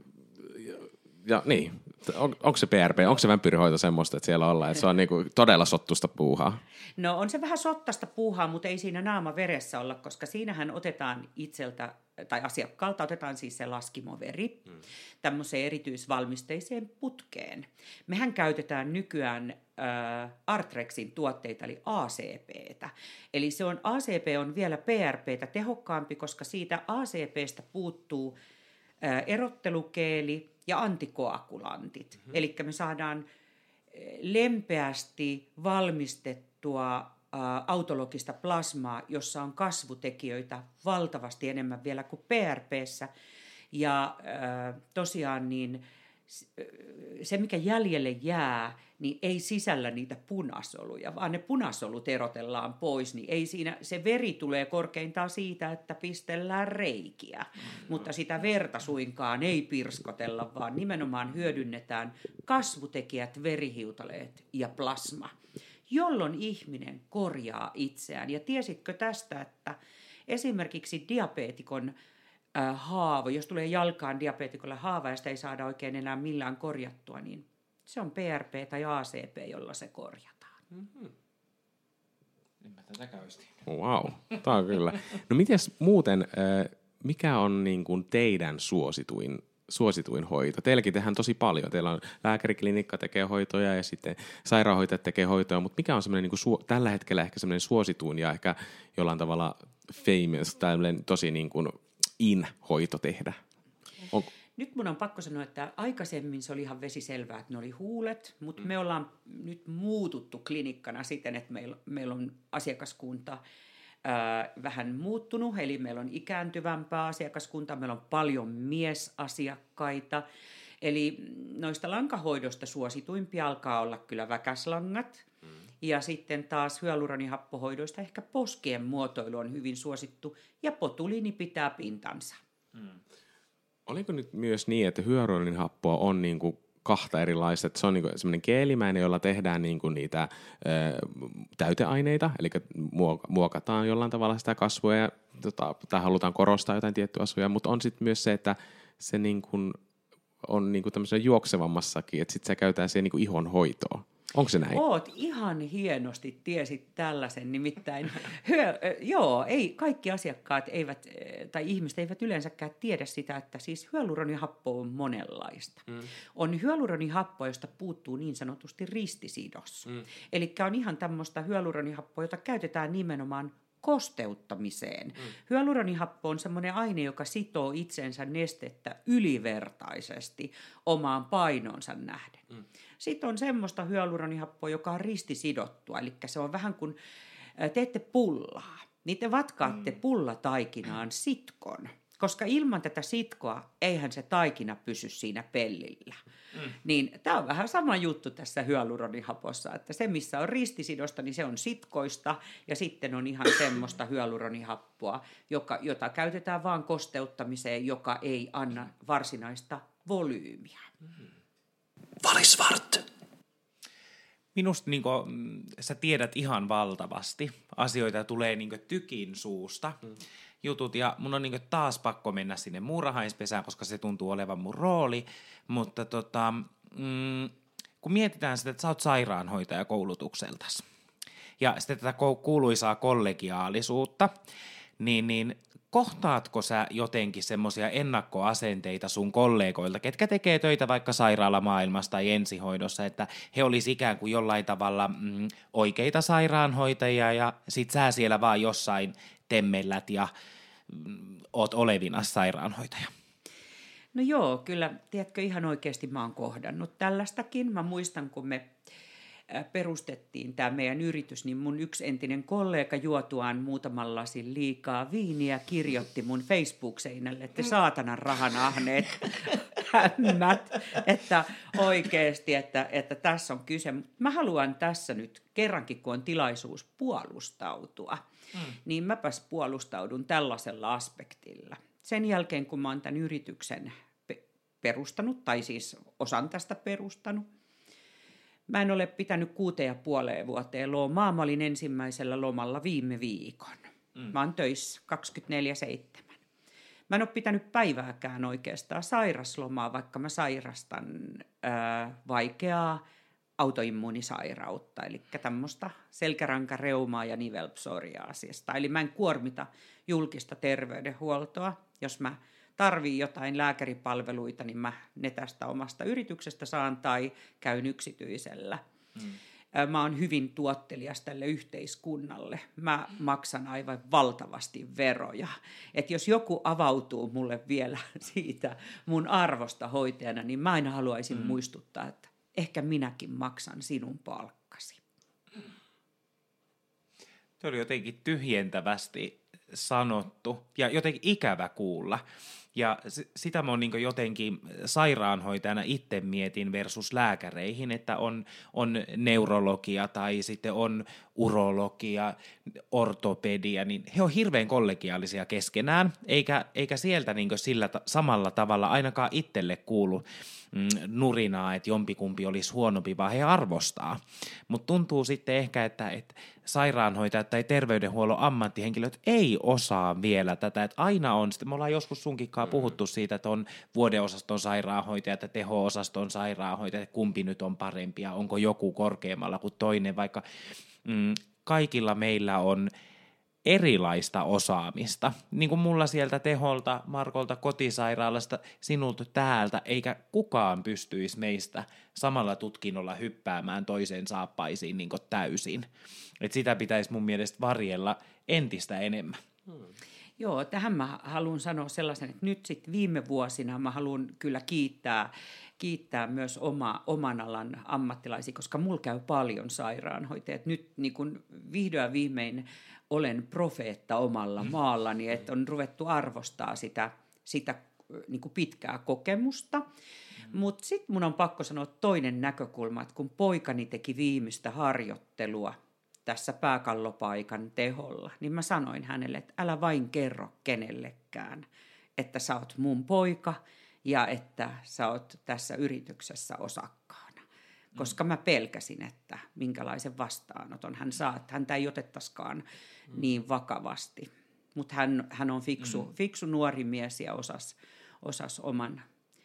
ja, ja niin. On, onko se P R P, onko se vampyyrihoito semmoista, että siellä ollaan, että se on niinku todella sottusta puuhaa? No on se vähän sottasta puuhaa, mutta ei siinä naama veressä olla, koska siinähän otetaan itseltä, tai asiakkaalta otetaan siis se laskimoveri hmm. tämmöiseen erityisvalmisteiseen putkeen. Mehän käytetään nykyään äh, Artrexin tuotteita, eli A C P:tä. Eli se on, A C P on vielä P R P:tä tehokkaampi, koska siitä A C P:stä puuttuu äh, erottelukeeli ja antikoagulantit. Mm-hmm. Eli me saadaan lempeästi valmistettua ä, autologista plasmaa, jossa on kasvutekijöitä valtavasti enemmän vielä kuin P R P:ssä. Ja ä, tosiaan niin se, mikä jäljelle jää, niin ei sisällä niitä punasoluja, vaan ne punasolut erotellaan pois, niin ei siinä, se veri tulee korkeintaan siitä, että pistellään reikiä, mm-hmm. mutta sitä verta suinkaan ei pirskotella, vaan nimenomaan hyödynnetään kasvutekijät, verihiutaleet ja plasma, jolloin ihminen korjaa itseään. Ja tiesitkö tästä, että esimerkiksi diabeetikon haava, jos tulee jalkaan diabeetikolle haava ja sitä ei saada oikein enää millään korjattua, niin se on P R P tai A C P, jolla se korjataan. Mm-hmm. En mä tätäkään olisi Wow, tää on kyllä. No mites muuten, mikä on niin kuin teidän suosituin, suosituin hoito? Teilläkin tehdään tosi paljon. Teillä on lääkäriklinikka tekee hoitoja ja sitten sairaanhoitajat tekee hoitoja, mutta mikä on semmoinen niin kuin su- tällä hetkellä ehkä semmoinen suosituin ja ehkä jollain tavalla famous, tämmöinen tosi niin kuin in-hoito tehdä? On... Nyt mun on pakko sanoa, että aikaisemmin se oli ihan vesiselvää, että ne oli huulet, mutta mm. me ollaan nyt muututtu klinikkana siten, että meillä, meillä on asiakaskunta ää, vähän muuttunut, eli meillä on ikääntyvämpää asiakaskuntaa, meillä on paljon miesasiakkaita, eli noista lankahoidosta suosituimpia alkaa olla kyllä väkäslangat, mm. ja sitten taas hyaluronihappohoidoista ehkä poskien muotoilu on hyvin suosittu, ja potuliini pitää pintansa. Mm. Oliko nyt myös niin, että hyaluronihappoa on niinku kahta erilaista, että se on niinku semmoinen geelimäinen, jolla tehdään niinku niitä ö, täyteaineita, eli muokataan jollain tavalla sitä kasvua ja, tota, tai halutaan korostaa jotain tiettyä asuja, mutta on sitten myös se, että se niinku on niinku tämmöisessä juoksevammassakin, että sitten se käytetään siihen niinku ihon hoitoon. Onko se näin? Oot ihan hienosti tiesit tällaisen, nimittäin hyö, joo, ei, kaikki asiakkaat eivät, tai ihmiset eivät yleensäkään tiedä sitä, että siis hyaluronihappo on monenlaista. Mm. On hyaluronihappoa, josta puuttuu niin sanotusti ristisidos. Mm. Eli on ihan tämmöistä hyaluronihappoa, jota käytetään nimenomaan kosteuttamiseen. Mm. Hyaluronihappo on semmoinen aine, joka sitoo itsensä nestettä ylivertaisesti omaan painonsa nähden. Mm. Sitten on semmoista hyaluronihappoa, joka on ristisidottua, eli se on vähän kuin teette pullaa, niin te vatkaatte mm. pullataikinaan sitkon, koska ilman tätä sitkoa eihän se taikina pysy siinä pellillä. Mm. Niin tämä on vähän sama juttu tässä hyaluronihapossa, että se missä on ristisidosta, niin se on sitkoista ja sitten on ihan semmoista hyaluronihappoa, joka, jota käytetään vaan kosteuttamiseen, joka ei anna varsinaista volyymiä. Mm. Valisvart. Minusta niin kuin, sä tiedät ihan valtavasti. Asioita tulee niin kuin tykin suusta. Mm. Jutut, ja mun on niin taas pakko mennä sinne muurahaispesään, koska se tuntuu olevan mun rooli, mutta tota, mm, kun mietitään sitä, että sä oot sairaanhoitaja koulutukseltas, ja sitten tätä kuuluisaa kollegiaalisuutta, niin, niin kohtaatko sä jotenkin semmoisia ennakkoasenteita sun kollegoilta, ketkä tekee töitä vaikka sairaalamaailmassa tai ensihoidossa, että he olisi ikään kuin jollain tavalla mm, oikeita sairaanhoitajia, ja sit sä siellä vaan jossain temmellät ja mm, oot olevina sairaanhoitaja? No joo, kyllä, tiedätkö, ihan oikeasti mä oon kohdannut tällaistakin. Mä muistan, kun me perustettiin tämä meidän yritys, niin mun yksi entinen kollega juotuaan muutaman lasin liikaa viiniä kirjoitti mun Facebook-seinälle, että saatanan rahan ahneet hämmät, että oikeasti, että, että tässä on kyse. Mä haluan tässä nyt kerrankin, kun on tilaisuus puolustautua, mm. niin mäpäs puolustaudun tällaisella aspektilla. Sen jälkeen, kun mä oon tämän yrityksen perustanut, tai siis osan tästä perustanut, mä en ole pitänyt kuuteen ja puoleen vuoteen lomaa. Mä olin ensimmäisellä lomalla viime viikon. Mm. Mä oon töissä kaksikymmentäneljä seitsemän. Mä en ole pitänyt päivääkään oikeastaan sairaslomaa, vaikka mä sairastan ää, vaikeaa autoimmuunisairautta, eli tämmöistä selkärankareumaa ja nivelpsoriaasista. Eli mä en kuormita julkista terveydenhuoltoa, jos mä tarvii jotain lääkäripalveluita, niin mä ne tästä omasta yrityksestä saan tai käyn yksityisellä. Mm. Mä oon hyvin tuottelias tälle yhteiskunnalle. Mä maksan aivan valtavasti veroja. Et jos joku avautuu mulle vielä siitä mun arvosta hoitajana, niin mä aina haluaisin mm. muistuttaa, että ehkä minäkin maksan sinun palkkasi. Se oli jotenkin tyhjentävästi sanottu ja jotenkin ikävä kuulla. Ja sitä mä oon niin jotenkin sairaanhoitajana itse mietin versus lääkäreihin, että on, on neurologia tai sitten on urologia, ortopedia, niin he on hirveän kollegiaalisia keskenään, eikä, eikä sieltä niin sillä ta- samalla tavalla ainakaan itselle kuulu mm, nurinaa, että jompikumpi olisi huonompi, vaan he arvostaa. Mutta tuntuu sitten ehkä, että, että sairaanhoitajat tai terveydenhuollon ammattihenkilöt ei osaa vielä tätä, että aina on, me ollaan joskus sunkinkaan puhuttu siitä, että on vuodeosaston sairaanhoitajat ja teho-osaston sairaanhoitajat, kumpi nyt on parempi ja onko joku korkeammalla kuin toinen, vaikka mm, kaikilla meillä on erilaista osaamista. Niin kuin mulla sieltä Teholta, Markolta kotisairaalasta, sinulta täältä, eikä kukaan pystyisi meistä samalla tutkinnolla hyppäämään toiseen saappaisiin niin kuin täysin. Et sitä pitäisi mun mielestä varjella entistä enemmän. Hmm. Joo, tähän mä haluan sanoa sellaisen, että nyt sitten viime vuosina mä haluan kyllä kiittää, kiittää myös oma, oman alan ammattilaisia, koska mulla käy paljon sairaanhoitajat. Nyt niin kun vihdoin viimein olen profeetta omalla maallani, että on ruvettu arvostaa sitä, sitä niin kuin pitkää kokemusta. Mm. Mutta sitten mun on pakko sanoa toinen näkökulma, että kun poikani teki viimeistä harjoittelua tässä pääkallopaikan Teholla, niin mä sanoin hänelle, että älä vain kerro kenellekään, että sä oot mun poika ja että sä oot tässä yrityksessä osakkaana. Koska mä pelkäsin, että minkälaisen vastaanoton hän saa, että häntä ei otettaisikaan mm. niin vakavasti. Mutta hän, hän on fiksu, mm. fiksu nuori mies ja osasi osas oman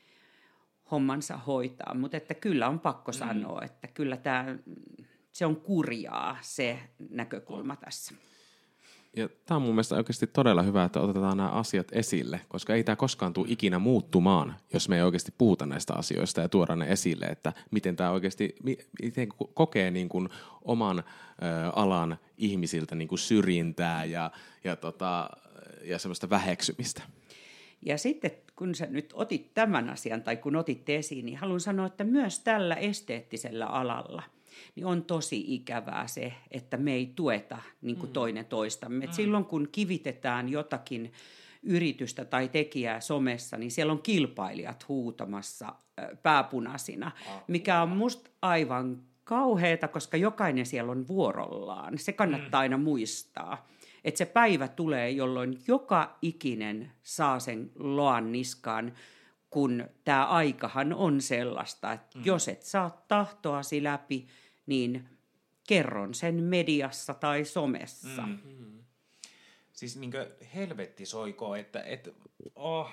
hommansa hoitaa. Mutta että kyllä on pakko mm. sanoa, että kyllä tää, se on kurjaa se näkökulma tässä. Ja tämä on mun mielestä oikeasti todella hyvä, että otetaan nämä asiat esille, koska ei tämä koskaan tule ikinä muuttumaan, jos me ei oikeasti puhuta näistä asioista ja tuoda ne esille, että miten tämä oikeasti, miten kokee niin kuin oman ö, alan ihmisiltä niin kuin syrjintää ja, ja, tota, ja semmoista väheksymistä. Ja sitten kun sä nyt otit tämän asian tai kun otit esiin, niin haluan sanoa, että myös tällä esteettisellä alalla niin on tosi ikävää se, että me ei tueta niin kuin toinen toistamme. Mm. Silloin kun kivitetään jotakin yritystä tai tekijää somessa, niin siellä on kilpailijat huutamassa pääpunaisina, mikä on musta aivan kauheata, koska jokainen siellä on vuorollaan. Se kannattaa aina muistaa, että se päivä tulee, jolloin joka ikinen saa sen loan niskaan, kun tämä aikahan on sellaista, että mm. jos et saa tahtoasi läpi, niin kerron sen mediassa tai somessa. Mm. Mm. Siis niinkö helvetti soikoo, että et, oh.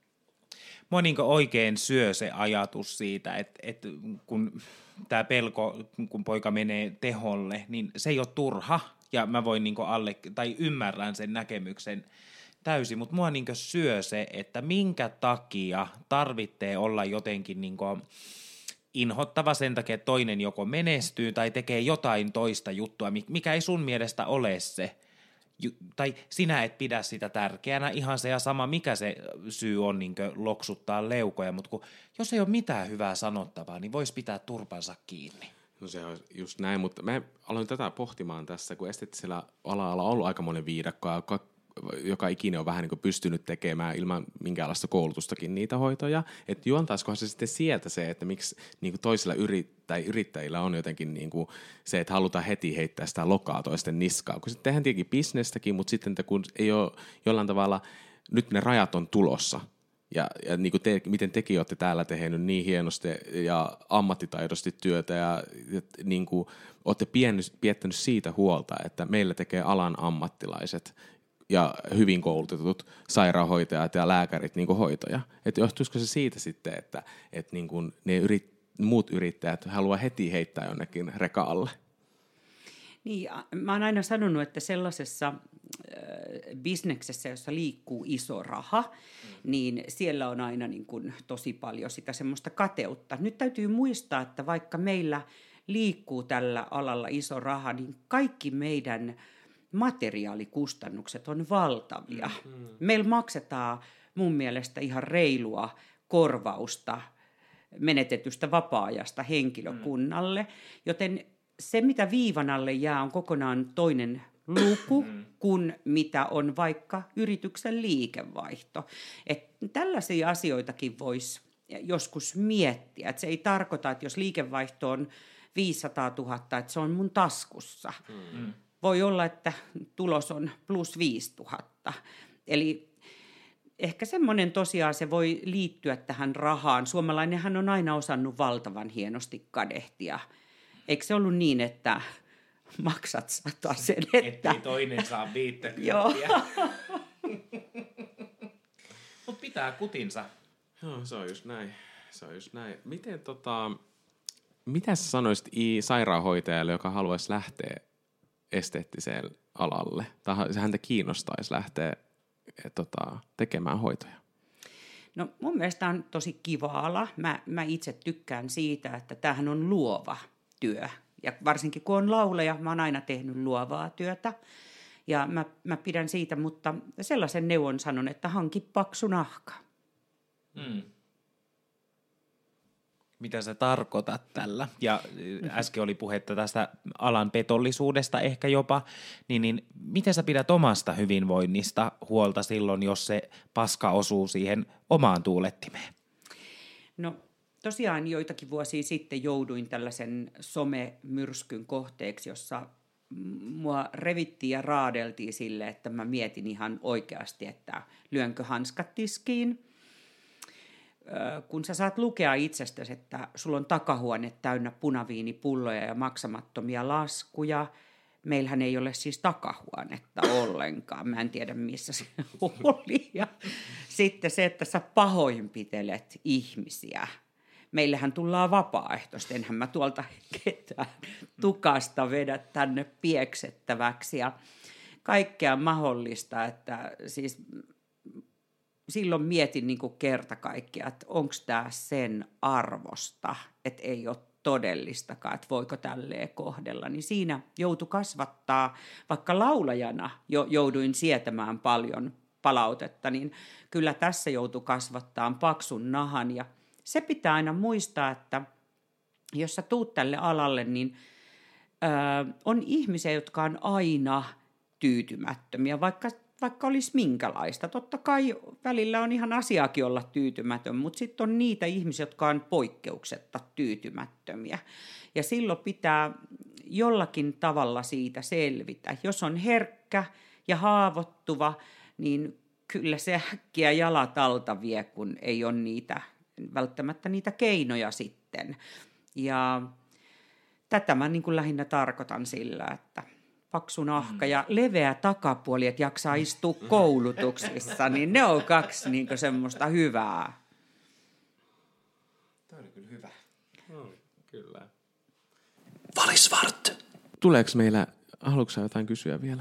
mua niinkö oikein syö se ajatus siitä, että et kun tämä pelko, kun poika menee Teholle, niin se ei ole turha, ja mä voin niinkö alle, tai ymmärrän sen näkemyksen täysin, mutta mua niinkö syö se, että minkä takia tarvitsee olla jotenkin niinkö inhottava sen takia, että toinen joko menestyy tai tekee jotain toista juttua, mikä ei sun mielestä ole se, tai sinä et pidä sitä tärkeänä, ihan se ja sama, mikä se syy on niin loksuttaa leukoja, mutta kun, jos ei ole mitään hyvää sanottavaa, niin voisi pitää turpansa kiinni. No se on just näin, mutta mä aloin tätä pohtimaan tässä, kun esteettisellä alalla on ollut aikamoinen viidakko, ja joka ikinen on vähän niin kuin pystynyt tekemään ilman minkäänlaista koulutustakin niitä hoitoja. Että juontaisikohan se sitten sieltä se, että miksi niin kuin toisilla yrit- tai yrittäjillä on jotenkin niin kuin se, että halutaan heti heittää sitä lokaa toisten niskaan. Kun sitten tehdään tietenkin bisnestäkin, mutta sitten kun ei ole jollain tavalla, nyt ne rajat on tulossa. Ja, ja niin kuin te, miten tekin olette täällä tehnyt niin hienosti ja ammattitaidosti työtä ja, ja niin kuin olette piettänyt siitä huolta, että meillä tekee alan ammattilaiset ja hyvin koulutetut sairaanhoitajat ja lääkärit niin kuin hoitoja. Että johtuisiko se siitä sitten, että, että niin kuin ne yrit, muut yrittäjät haluaa heti heittää jonnekin rekaalle? Niin, mä oon aina sanonut, että sellaisessa äh, bisneksessä, jossa liikkuu iso raha, mm. niin siellä on aina niin kuin tosi paljon sitä semmoista kateutta. Nyt täytyy muistaa, että vaikka meillä liikkuu tällä alalla iso raha, niin kaikki meidän materiaalikustannukset on valtavia. Mm-hmm. Meillä maksetaan mun mielestä ihan reilua korvausta menetetystä vapaa-ajasta henkilökunnalle, mm. joten se, mitä viivan alle jää, on kokonaan toinen luku kuin mitä on vaikka yrityksen liikevaihto. Et tällaisia asioitakin voisi joskus miettiä. Et se ei tarkoita, että jos liikevaihto on viisisataatuhatta, että se on mun taskussa. Mm. Voi olla, että tulos on plus viisituhatta. Eli ehkä semmoinen tosiaan se voi liittyä tähän rahaan. Suomalainenhan on aina osannut valtavan hienosti kadehtia. Eikö se ollut niin, että maksat sata sen, että... Ettei toinen saa viittäkymppiä. Joo. Mutta pitää kutinsa. Joo, se on just näin. Se on just näin. Miten tota... Mitä sä sanoisit sairaanhoitajalle, joka haluaisi lähteä esteettiseen alalle? Tai se häntä kiinnostaisi lähteä et, tota, tekemään hoitoja? No mun mielestä on tosi kiva ala. Mä, mä itse tykkään siitä, että tämähän on luova työ. Ja varsinkin kun on lauleja, mä oon aina tehnyt luovaa työtä. Ja mä, mä pidän siitä, mutta sellaisen neuvon sanon, että hanki paksu nahka. Hmm. Mitä sä tarkoitat tällä? Ja äsken oli puhetta tästä alan petollisuudesta ehkä jopa, niin, niin miten sä pidät omasta hyvinvoinnista huolta silloin, jos se paska osuu siihen omaan tuulettimeen? No tosiaan joitakin vuosia sitten jouduin tällaisen somemyrskyn kohteeksi, jossa mua revittiin ja raadeltiin sille, että mä mietin ihan oikeasti, että lyönkö hanskat tiskiin. Kun sä saat lukea itsestäsi, että sulla on takahuone täynnä punaviinipulloja ja maksamattomia laskuja. Meillähän ei ole siis takahuonetta ollenkaan. Mä en tiedä, missä se oli. Ja sitten se, että sä pahoinpitelet ihmisiä. Meillähän tullaan vapaaehtoisesti. Enhän mä tuolta ketään tukasta vedä tänne pieksettäväksi. Ja kaikkea mahdollista, että siis silloin mietin niin kuin kerta kaikkiaan, että onko tämä sen arvosta, että ei ole todellistakaan, että voiko tälleen kohdella. Niin siinä joutui kasvattaa, vaikka laulajana jo jouduin sietämään paljon palautetta, niin kyllä tässä joutui kasvattaa paksun nahan. Ja se pitää aina muistaa, että jos sä tuut tälle alalle, niin ö, on ihmisiä, jotka on aina tyytymättömiä, vaikka Vaikka olisi minkälaista. Totta kai välillä on ihan asiakin olla tyytymätön, mutta sitten on niitä ihmisiä, jotka on poikkeuksetta tyytymättömiä. Ja silloin pitää jollakin tavalla siitä selvitä. Jos on herkkä ja haavoittuva, niin kyllä se äkkiä jalat alta vie, kun ei ole niitä, välttämättä niitä keinoja sitten. Ja tätä mä niin kuin lähinnä tarkoitan sillä, että paksu nahka ja leveä takapuoli, että jaksaa istua koulutuksissa, niin ne on kaksi niin kuin semmoista hyvää. Tämä oli kyllä hyvä. No, kyllä. Valisvart. Tuleeko meillä, haluatko jotain kysyä vielä?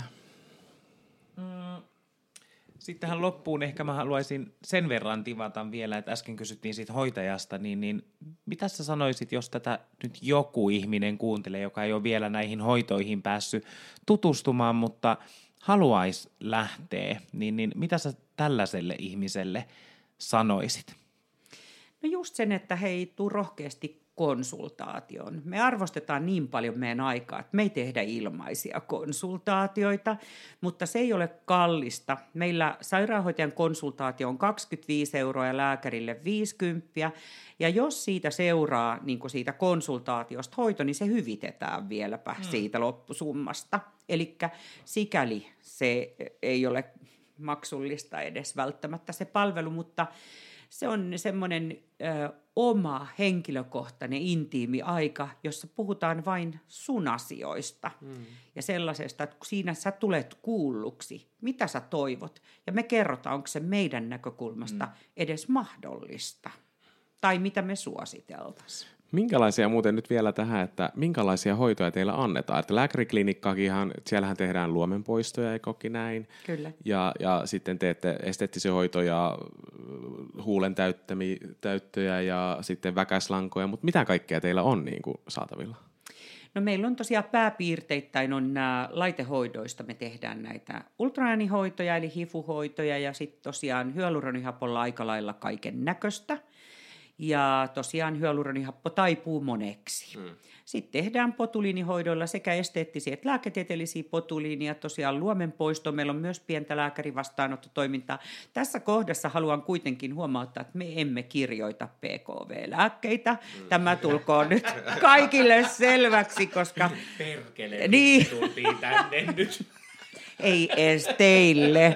Sitten tähän loppuun ehkä mä haluaisin sen verran tivata vielä, että äsken kysyttiin siitä hoitajasta, niin, niin mitä sä sanoisit, jos tätä nyt joku ihminen kuuntelee, joka ei ole vielä näihin hoitoihin päässyt tutustumaan, mutta haluaisi lähteä, niin, niin mitä sä tällaiselle ihmiselle sanoisit? No just sen, että hei, tuu rohkeasti konsultaatioon. Me arvostetaan niin paljon meidän aikaa, että me ei tehdä ilmaisia konsultaatioita, mutta se ei ole kallista. Meillä sairaanhoitajan konsultaatio on kaksikymmentäviisi euroa ja lääkärille viisikymmentä. Ja jos siitä seuraa niin kuin siitä konsultaatiosta hoito, niin se hyvitetään vieläpä hmm. siitä loppusummasta. Eli sikäli se ei ole maksullista edes välttämättä se palvelu, mutta se on semmoinen ö, oma henkilökohtainen intiimi aika, jossa puhutaan vain sun asioista mm. ja sellaisesta, että siinä sä tulet kuulluksi, mitä sä toivot ja me kerrotaan, onko se meidän näkökulmasta mm. edes mahdollista tai mitä me suositeltaisiin. Minkälaisia muuten nyt vielä tähän, että minkälaisia hoitoja teillä annetaan? Että lääkäriklinikkaakinhan, siellähän tehdään luomenpoistoja, eikö näin? Kyllä. Ja, ja sitten teette esteettisiä hoitoja, huulen täyttämi, täyttöjä ja sitten väkäslankoja, mutta mitä kaikkea teillä on niin kuin saatavilla? No meillä on tosiaan pääpiirteittäin on nämä laitehoidoista, me tehdään näitä ultraäänihoitoja eli hifuhoitoja ja sitten tosiaan hyaluronihappolla aika lailla kaiken näköistä. Ja tosiaan hyaluronihappo taipuu moneksi. Hmm. Sitten tehdään potuliinihoidoilla sekä esteettisiä että lääketieteellisiä potuliinia. Tosiaan luomenpoisto, meillä on myös pientä lääkärivastaanottotoimintaa. Tässä kohdassa haluan kuitenkin huomauttaa, että me emme kirjoita P K V-lääkkeitä. Hmm. Tämä tulkoon nyt kaikille selväksi, koska perkele, niin. tultiin tänne nyt. Ei edes teille.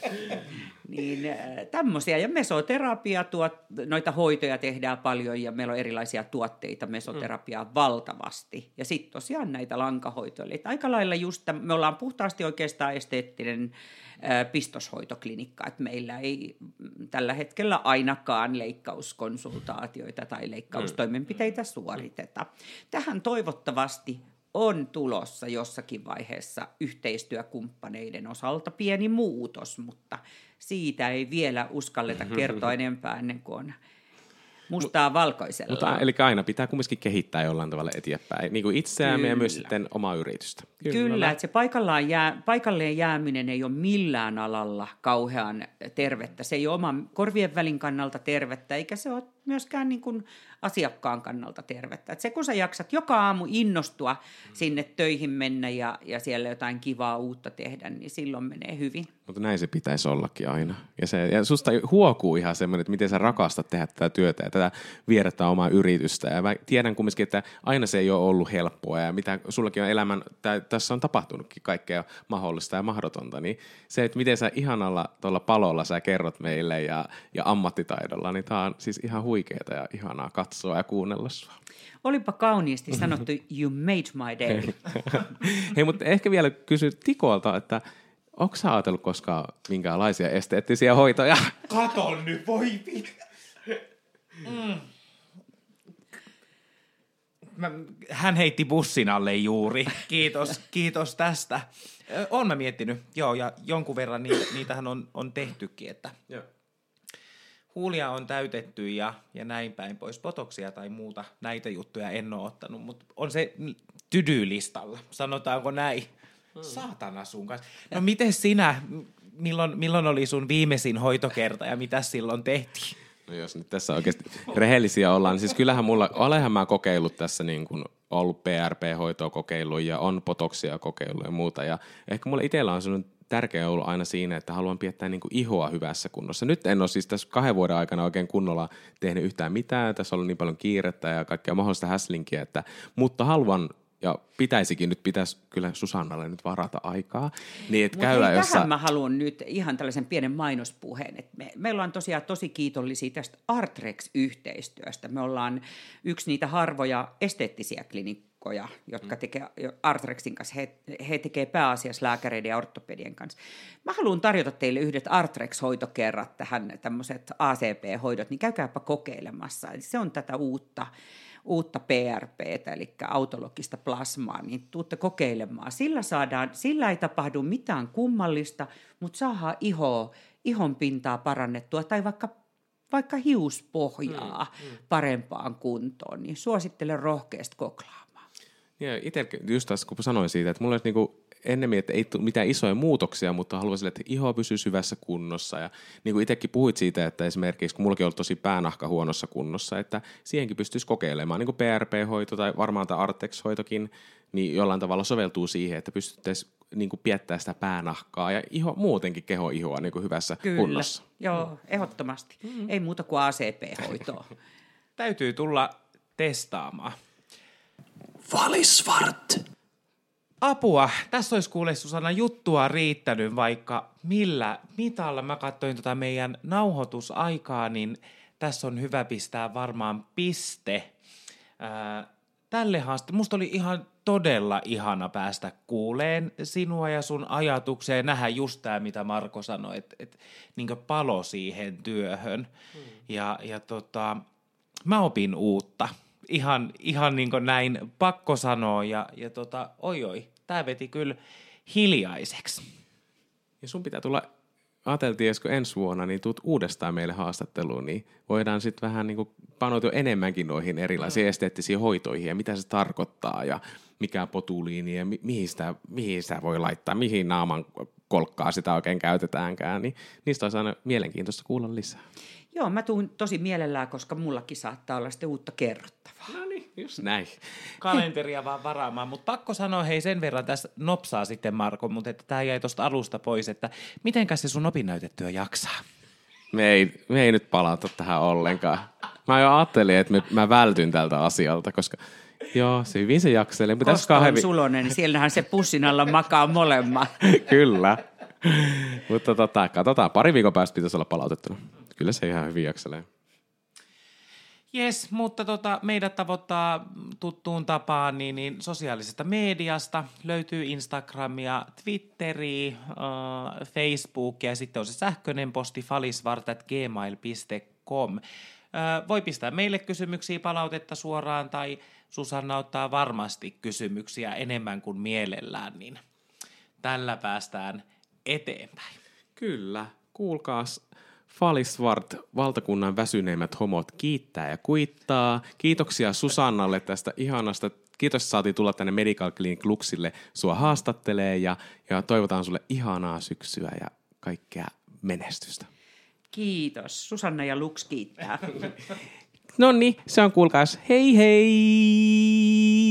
Niin tämmöisiä. Ja mesoterapia, tuot, noita hoitoja tehdään paljon ja meillä on erilaisia tuotteita mesoterapiaa mm. valtavasti. Ja sitten tosiaan näitä lankahoitoja. Eli aika lailla just, me ollaan puhtaasti oikeastaan esteettinen ä, pistoshoitoklinikka, että meillä ei tällä hetkellä ainakaan leikkauskonsultaatioita tai leikkaustoimenpiteitä suoriteta. Tähän toivottavasti on tulossa jossakin vaiheessa yhteistyökumppaneiden osalta pieni muutos, mutta siitä ei vielä uskalleta kertoa enempää ennen kuin on mustaa valkoisella. Mutta eli aina pitää kumminkin kehittää jollain tavalla eteenpäin, niin kuin itseämme ja myös sitten omaa yritystä. Kyllä, Kyllä että se paikallaan jää, paikalleen jääminen ei ole millään alalla kauhean tervettä. Se ei ole oman korvien välin kannalta tervettä, eikä se ole myöskään niin kuin asiakkaan kannalta tervettä. Et se, kun sä jaksat joka aamu innostua sinne töihin mennä ja, ja siellä jotain kivaa uutta tehdä, niin silloin menee hyvin. Mutta näin se pitäisi ollakin aina. Ja, se, ja susta huokuu ihan semmoinen, että miten sä rakastat tehdä tätä työtä ja tätä vierättää omaa yritystä. Ja mä tiedän kumminkin, että aina se ei ole ollut helppoa ja mitä sullakin on elämän, tää, tässä on tapahtunutkin kaikkea mahdollista ja mahdotonta, niin se, että miten sä ihanalla tuolla palolla sä kerrot meille ja, ja ammattitaidolla, niin tää on siis ihan huikeeta ja ihanaa katsoa ja kuunnella sua. Olipa kauniisti sanottu, you made my day. Hei, mutta ehkä vielä kysy Tikolta, että onko sä ajatellut koskaan minkälaisia esteettisiä hoitoja? Katon nyt, voi vittu. Mm. Mä, hän heitti bussin alle juuri. Kiitos, kiitos tästä. Oon mä miettinyt, joo, ja jonkun verran niitä, niitähän on, on tehtykin, että joo. Huulia on täytetty ja, ja näin päin pois. Botoksia tai muuta, näitä juttuja en ole ottanut, mutta on se to-do-listalla, sanotaanko näin. Hmm. Saatana sun kanssa. No miten sinä, milloin, milloin oli sun viimeisin hoitokerta ja mitä silloin tehtiin? No jos nyt tässä oikeasti rehellisiä ollaan, niin siis kyllähän mulla, olenhan mä kokeillut tässä niin kuin ollut P R P-hoitoa kokeillut ja on botoksia kokeillut ja muuta. Ja ehkä mulla itsellä on sellainen tärkeä ollut aina siinä, että haluan pidättää niin kuin ihoa hyvässä kunnossa. Nyt en ole siis tässä kahden vuoden aikana oikein kunnolla tehnyt yhtään mitään. Tässä on ollut niin paljon kiirettä ja kaikkea mahdollista häslinkiä, että, mutta haluan ja pitäisikin nyt, pitäisi kyllä Susannalle nyt varata aikaa. Niin, että käydään hei, jossa... tähän mä haluan nyt ihan tällaisen pienen mainospuheen. Että me, meillä on tosiaan tosi kiitollisia tästä Artrex-yhteistyöstä. Me ollaan yksi niitä harvoja esteettisiä klinikkoja, jotka tekee Artrexin kanssa. He, he tekee pääasiassa lääkäreiden ja ortopedien kanssa. Mä haluan tarjota teille yhdet Artrex-hoitokerrat tähän, tämmöiset A C P-hoidot, niin käykääpä kokeilemassa. Eli se on tätä uutta. uutta P R P:tä, eli autologista plasmaa, niin tuutte kokeilemaan. Sillä, saadaan, sillä ei tapahdu mitään kummallista, mutta saadaan ihoa, ihon pintaa parannettua tai vaikka, vaikka hiuspohjaa mm, mm. parempaan kuntoon, niin suosittelen rohkeasti koklaamaan. Ja itse just tässä, kun sanoin siitä, että mulla olisi niinku ennemmin, että ei tule mitään isoja muutoksia, mutta haluaisin, että iho pysyy hyvässä kunnossa. Ja niin kuin itsekin puhuit siitä, että esimerkiksi kun mullakin on ollut tosi päänahka huonossa kunnossa, että siihenkin pystyisi kokeilemaan, niin kuin P R P-hoito tai varmaan tämä Artex-hoitokin, niin jollain tavalla soveltuu siihen, että pystyttäisiin niin kuin piettämään sitä päänahkaa ja iho, muutenkin keho-ihoa niin kuin hyvässä Kyllä. kunnossa. Joo, mm. ehdottomasti. Mm. Ei muuta kuin A C P-hoitoa. Täytyy tulla testaamaan. Valisvart. Apua. Tässä olisi kuule Susanna juttua riittänyt, vaikka millä mitalla. Mä katsoin tota meidän nauhoitusaikaa, niin tässä on hyvä pistää varmaan piste. Ää, tälle haastattelulle. Musta oli ihan todella ihana päästä kuuleen sinua ja sun ajatuksia ja nähdä just tämä, mitä Marko sanoi, että et, niinkö palo siihen työhön. Hmm. Ja, ja tota, mä opin uutta. Ihan, ihan niin kuin näin pakko sanoa ja, ja tota, oi oi, tää veti kyllä hiljaiseksi. Ja sun pitää tulla, ajateltiin, että ensi vuonna, niin tuut uudestaan meille haastatteluun, niin voidaan sitten vähän niin kuin panoutua enemmänkin noihin erilaisiin esteettisiin hoitoihin ja mitä se tarkoittaa ja mikä potuliini ja mi- mihin, sitä, mihin sitä voi laittaa, mihin naaman kolkkaa sitä oikein käytetäänkään, niin niistä olisi aina mielenkiintoista kuulla lisää. Joo, mä tuun tosi mielellään, koska mullakin saattaa olla sitten uutta kerrottavaa. No niin, just näin. Kalenteria vaan varaamaan, mutta pakko sanoa hei sen verran tässä nopsaa sitten Marko, mutta että tämä jäi tuosta alusta pois, että mitenkäs se sun opinnäytetyö jaksaa? Me ei, me ei nyt palata tähän ollenkaan. Mä jo ajattelin, että me, mä vältyn tältä asialta, koska joo, se hyvin se jakselee. Koska on sulonen, niin siellähän se pussin alla makaa molemmat. Kyllä. Mutta tota, katsotaan, pari viikon päästä pitäisi olla palautettuna. Kyllä se ihan hyvin jakselee. Jes, mutta tota, meidät tavoittaa tuttuun tapaan niin, niin sosiaalisesta mediasta. Löytyy Instagramia, Twitteriä, äh, Facebookia ja sitten on se sähköinen posti falisvart at gmail piste com. Äh, voi pistää meille kysymyksiä, palautetta suoraan tai, Susanna ottaa varmasti kysymyksiä enemmän kuin mielellään, niin tällä päästään eteenpäin. Kyllä, kuulkaas. Falisvart, valtakunnan väsyneimmät homot, kiittää ja kuittaa. Kiitoksia Susannalle tästä ihanasta. Kiitos, että saatiin tulla tänne Medical Clinic Luxille sua haastattelee ja, ja toivotaan sulle ihanaa syksyä ja kaikkea menestystä. Kiitos. Susanna ja Lux kiittää. Nonni, se on kuulkaas. Hei hei!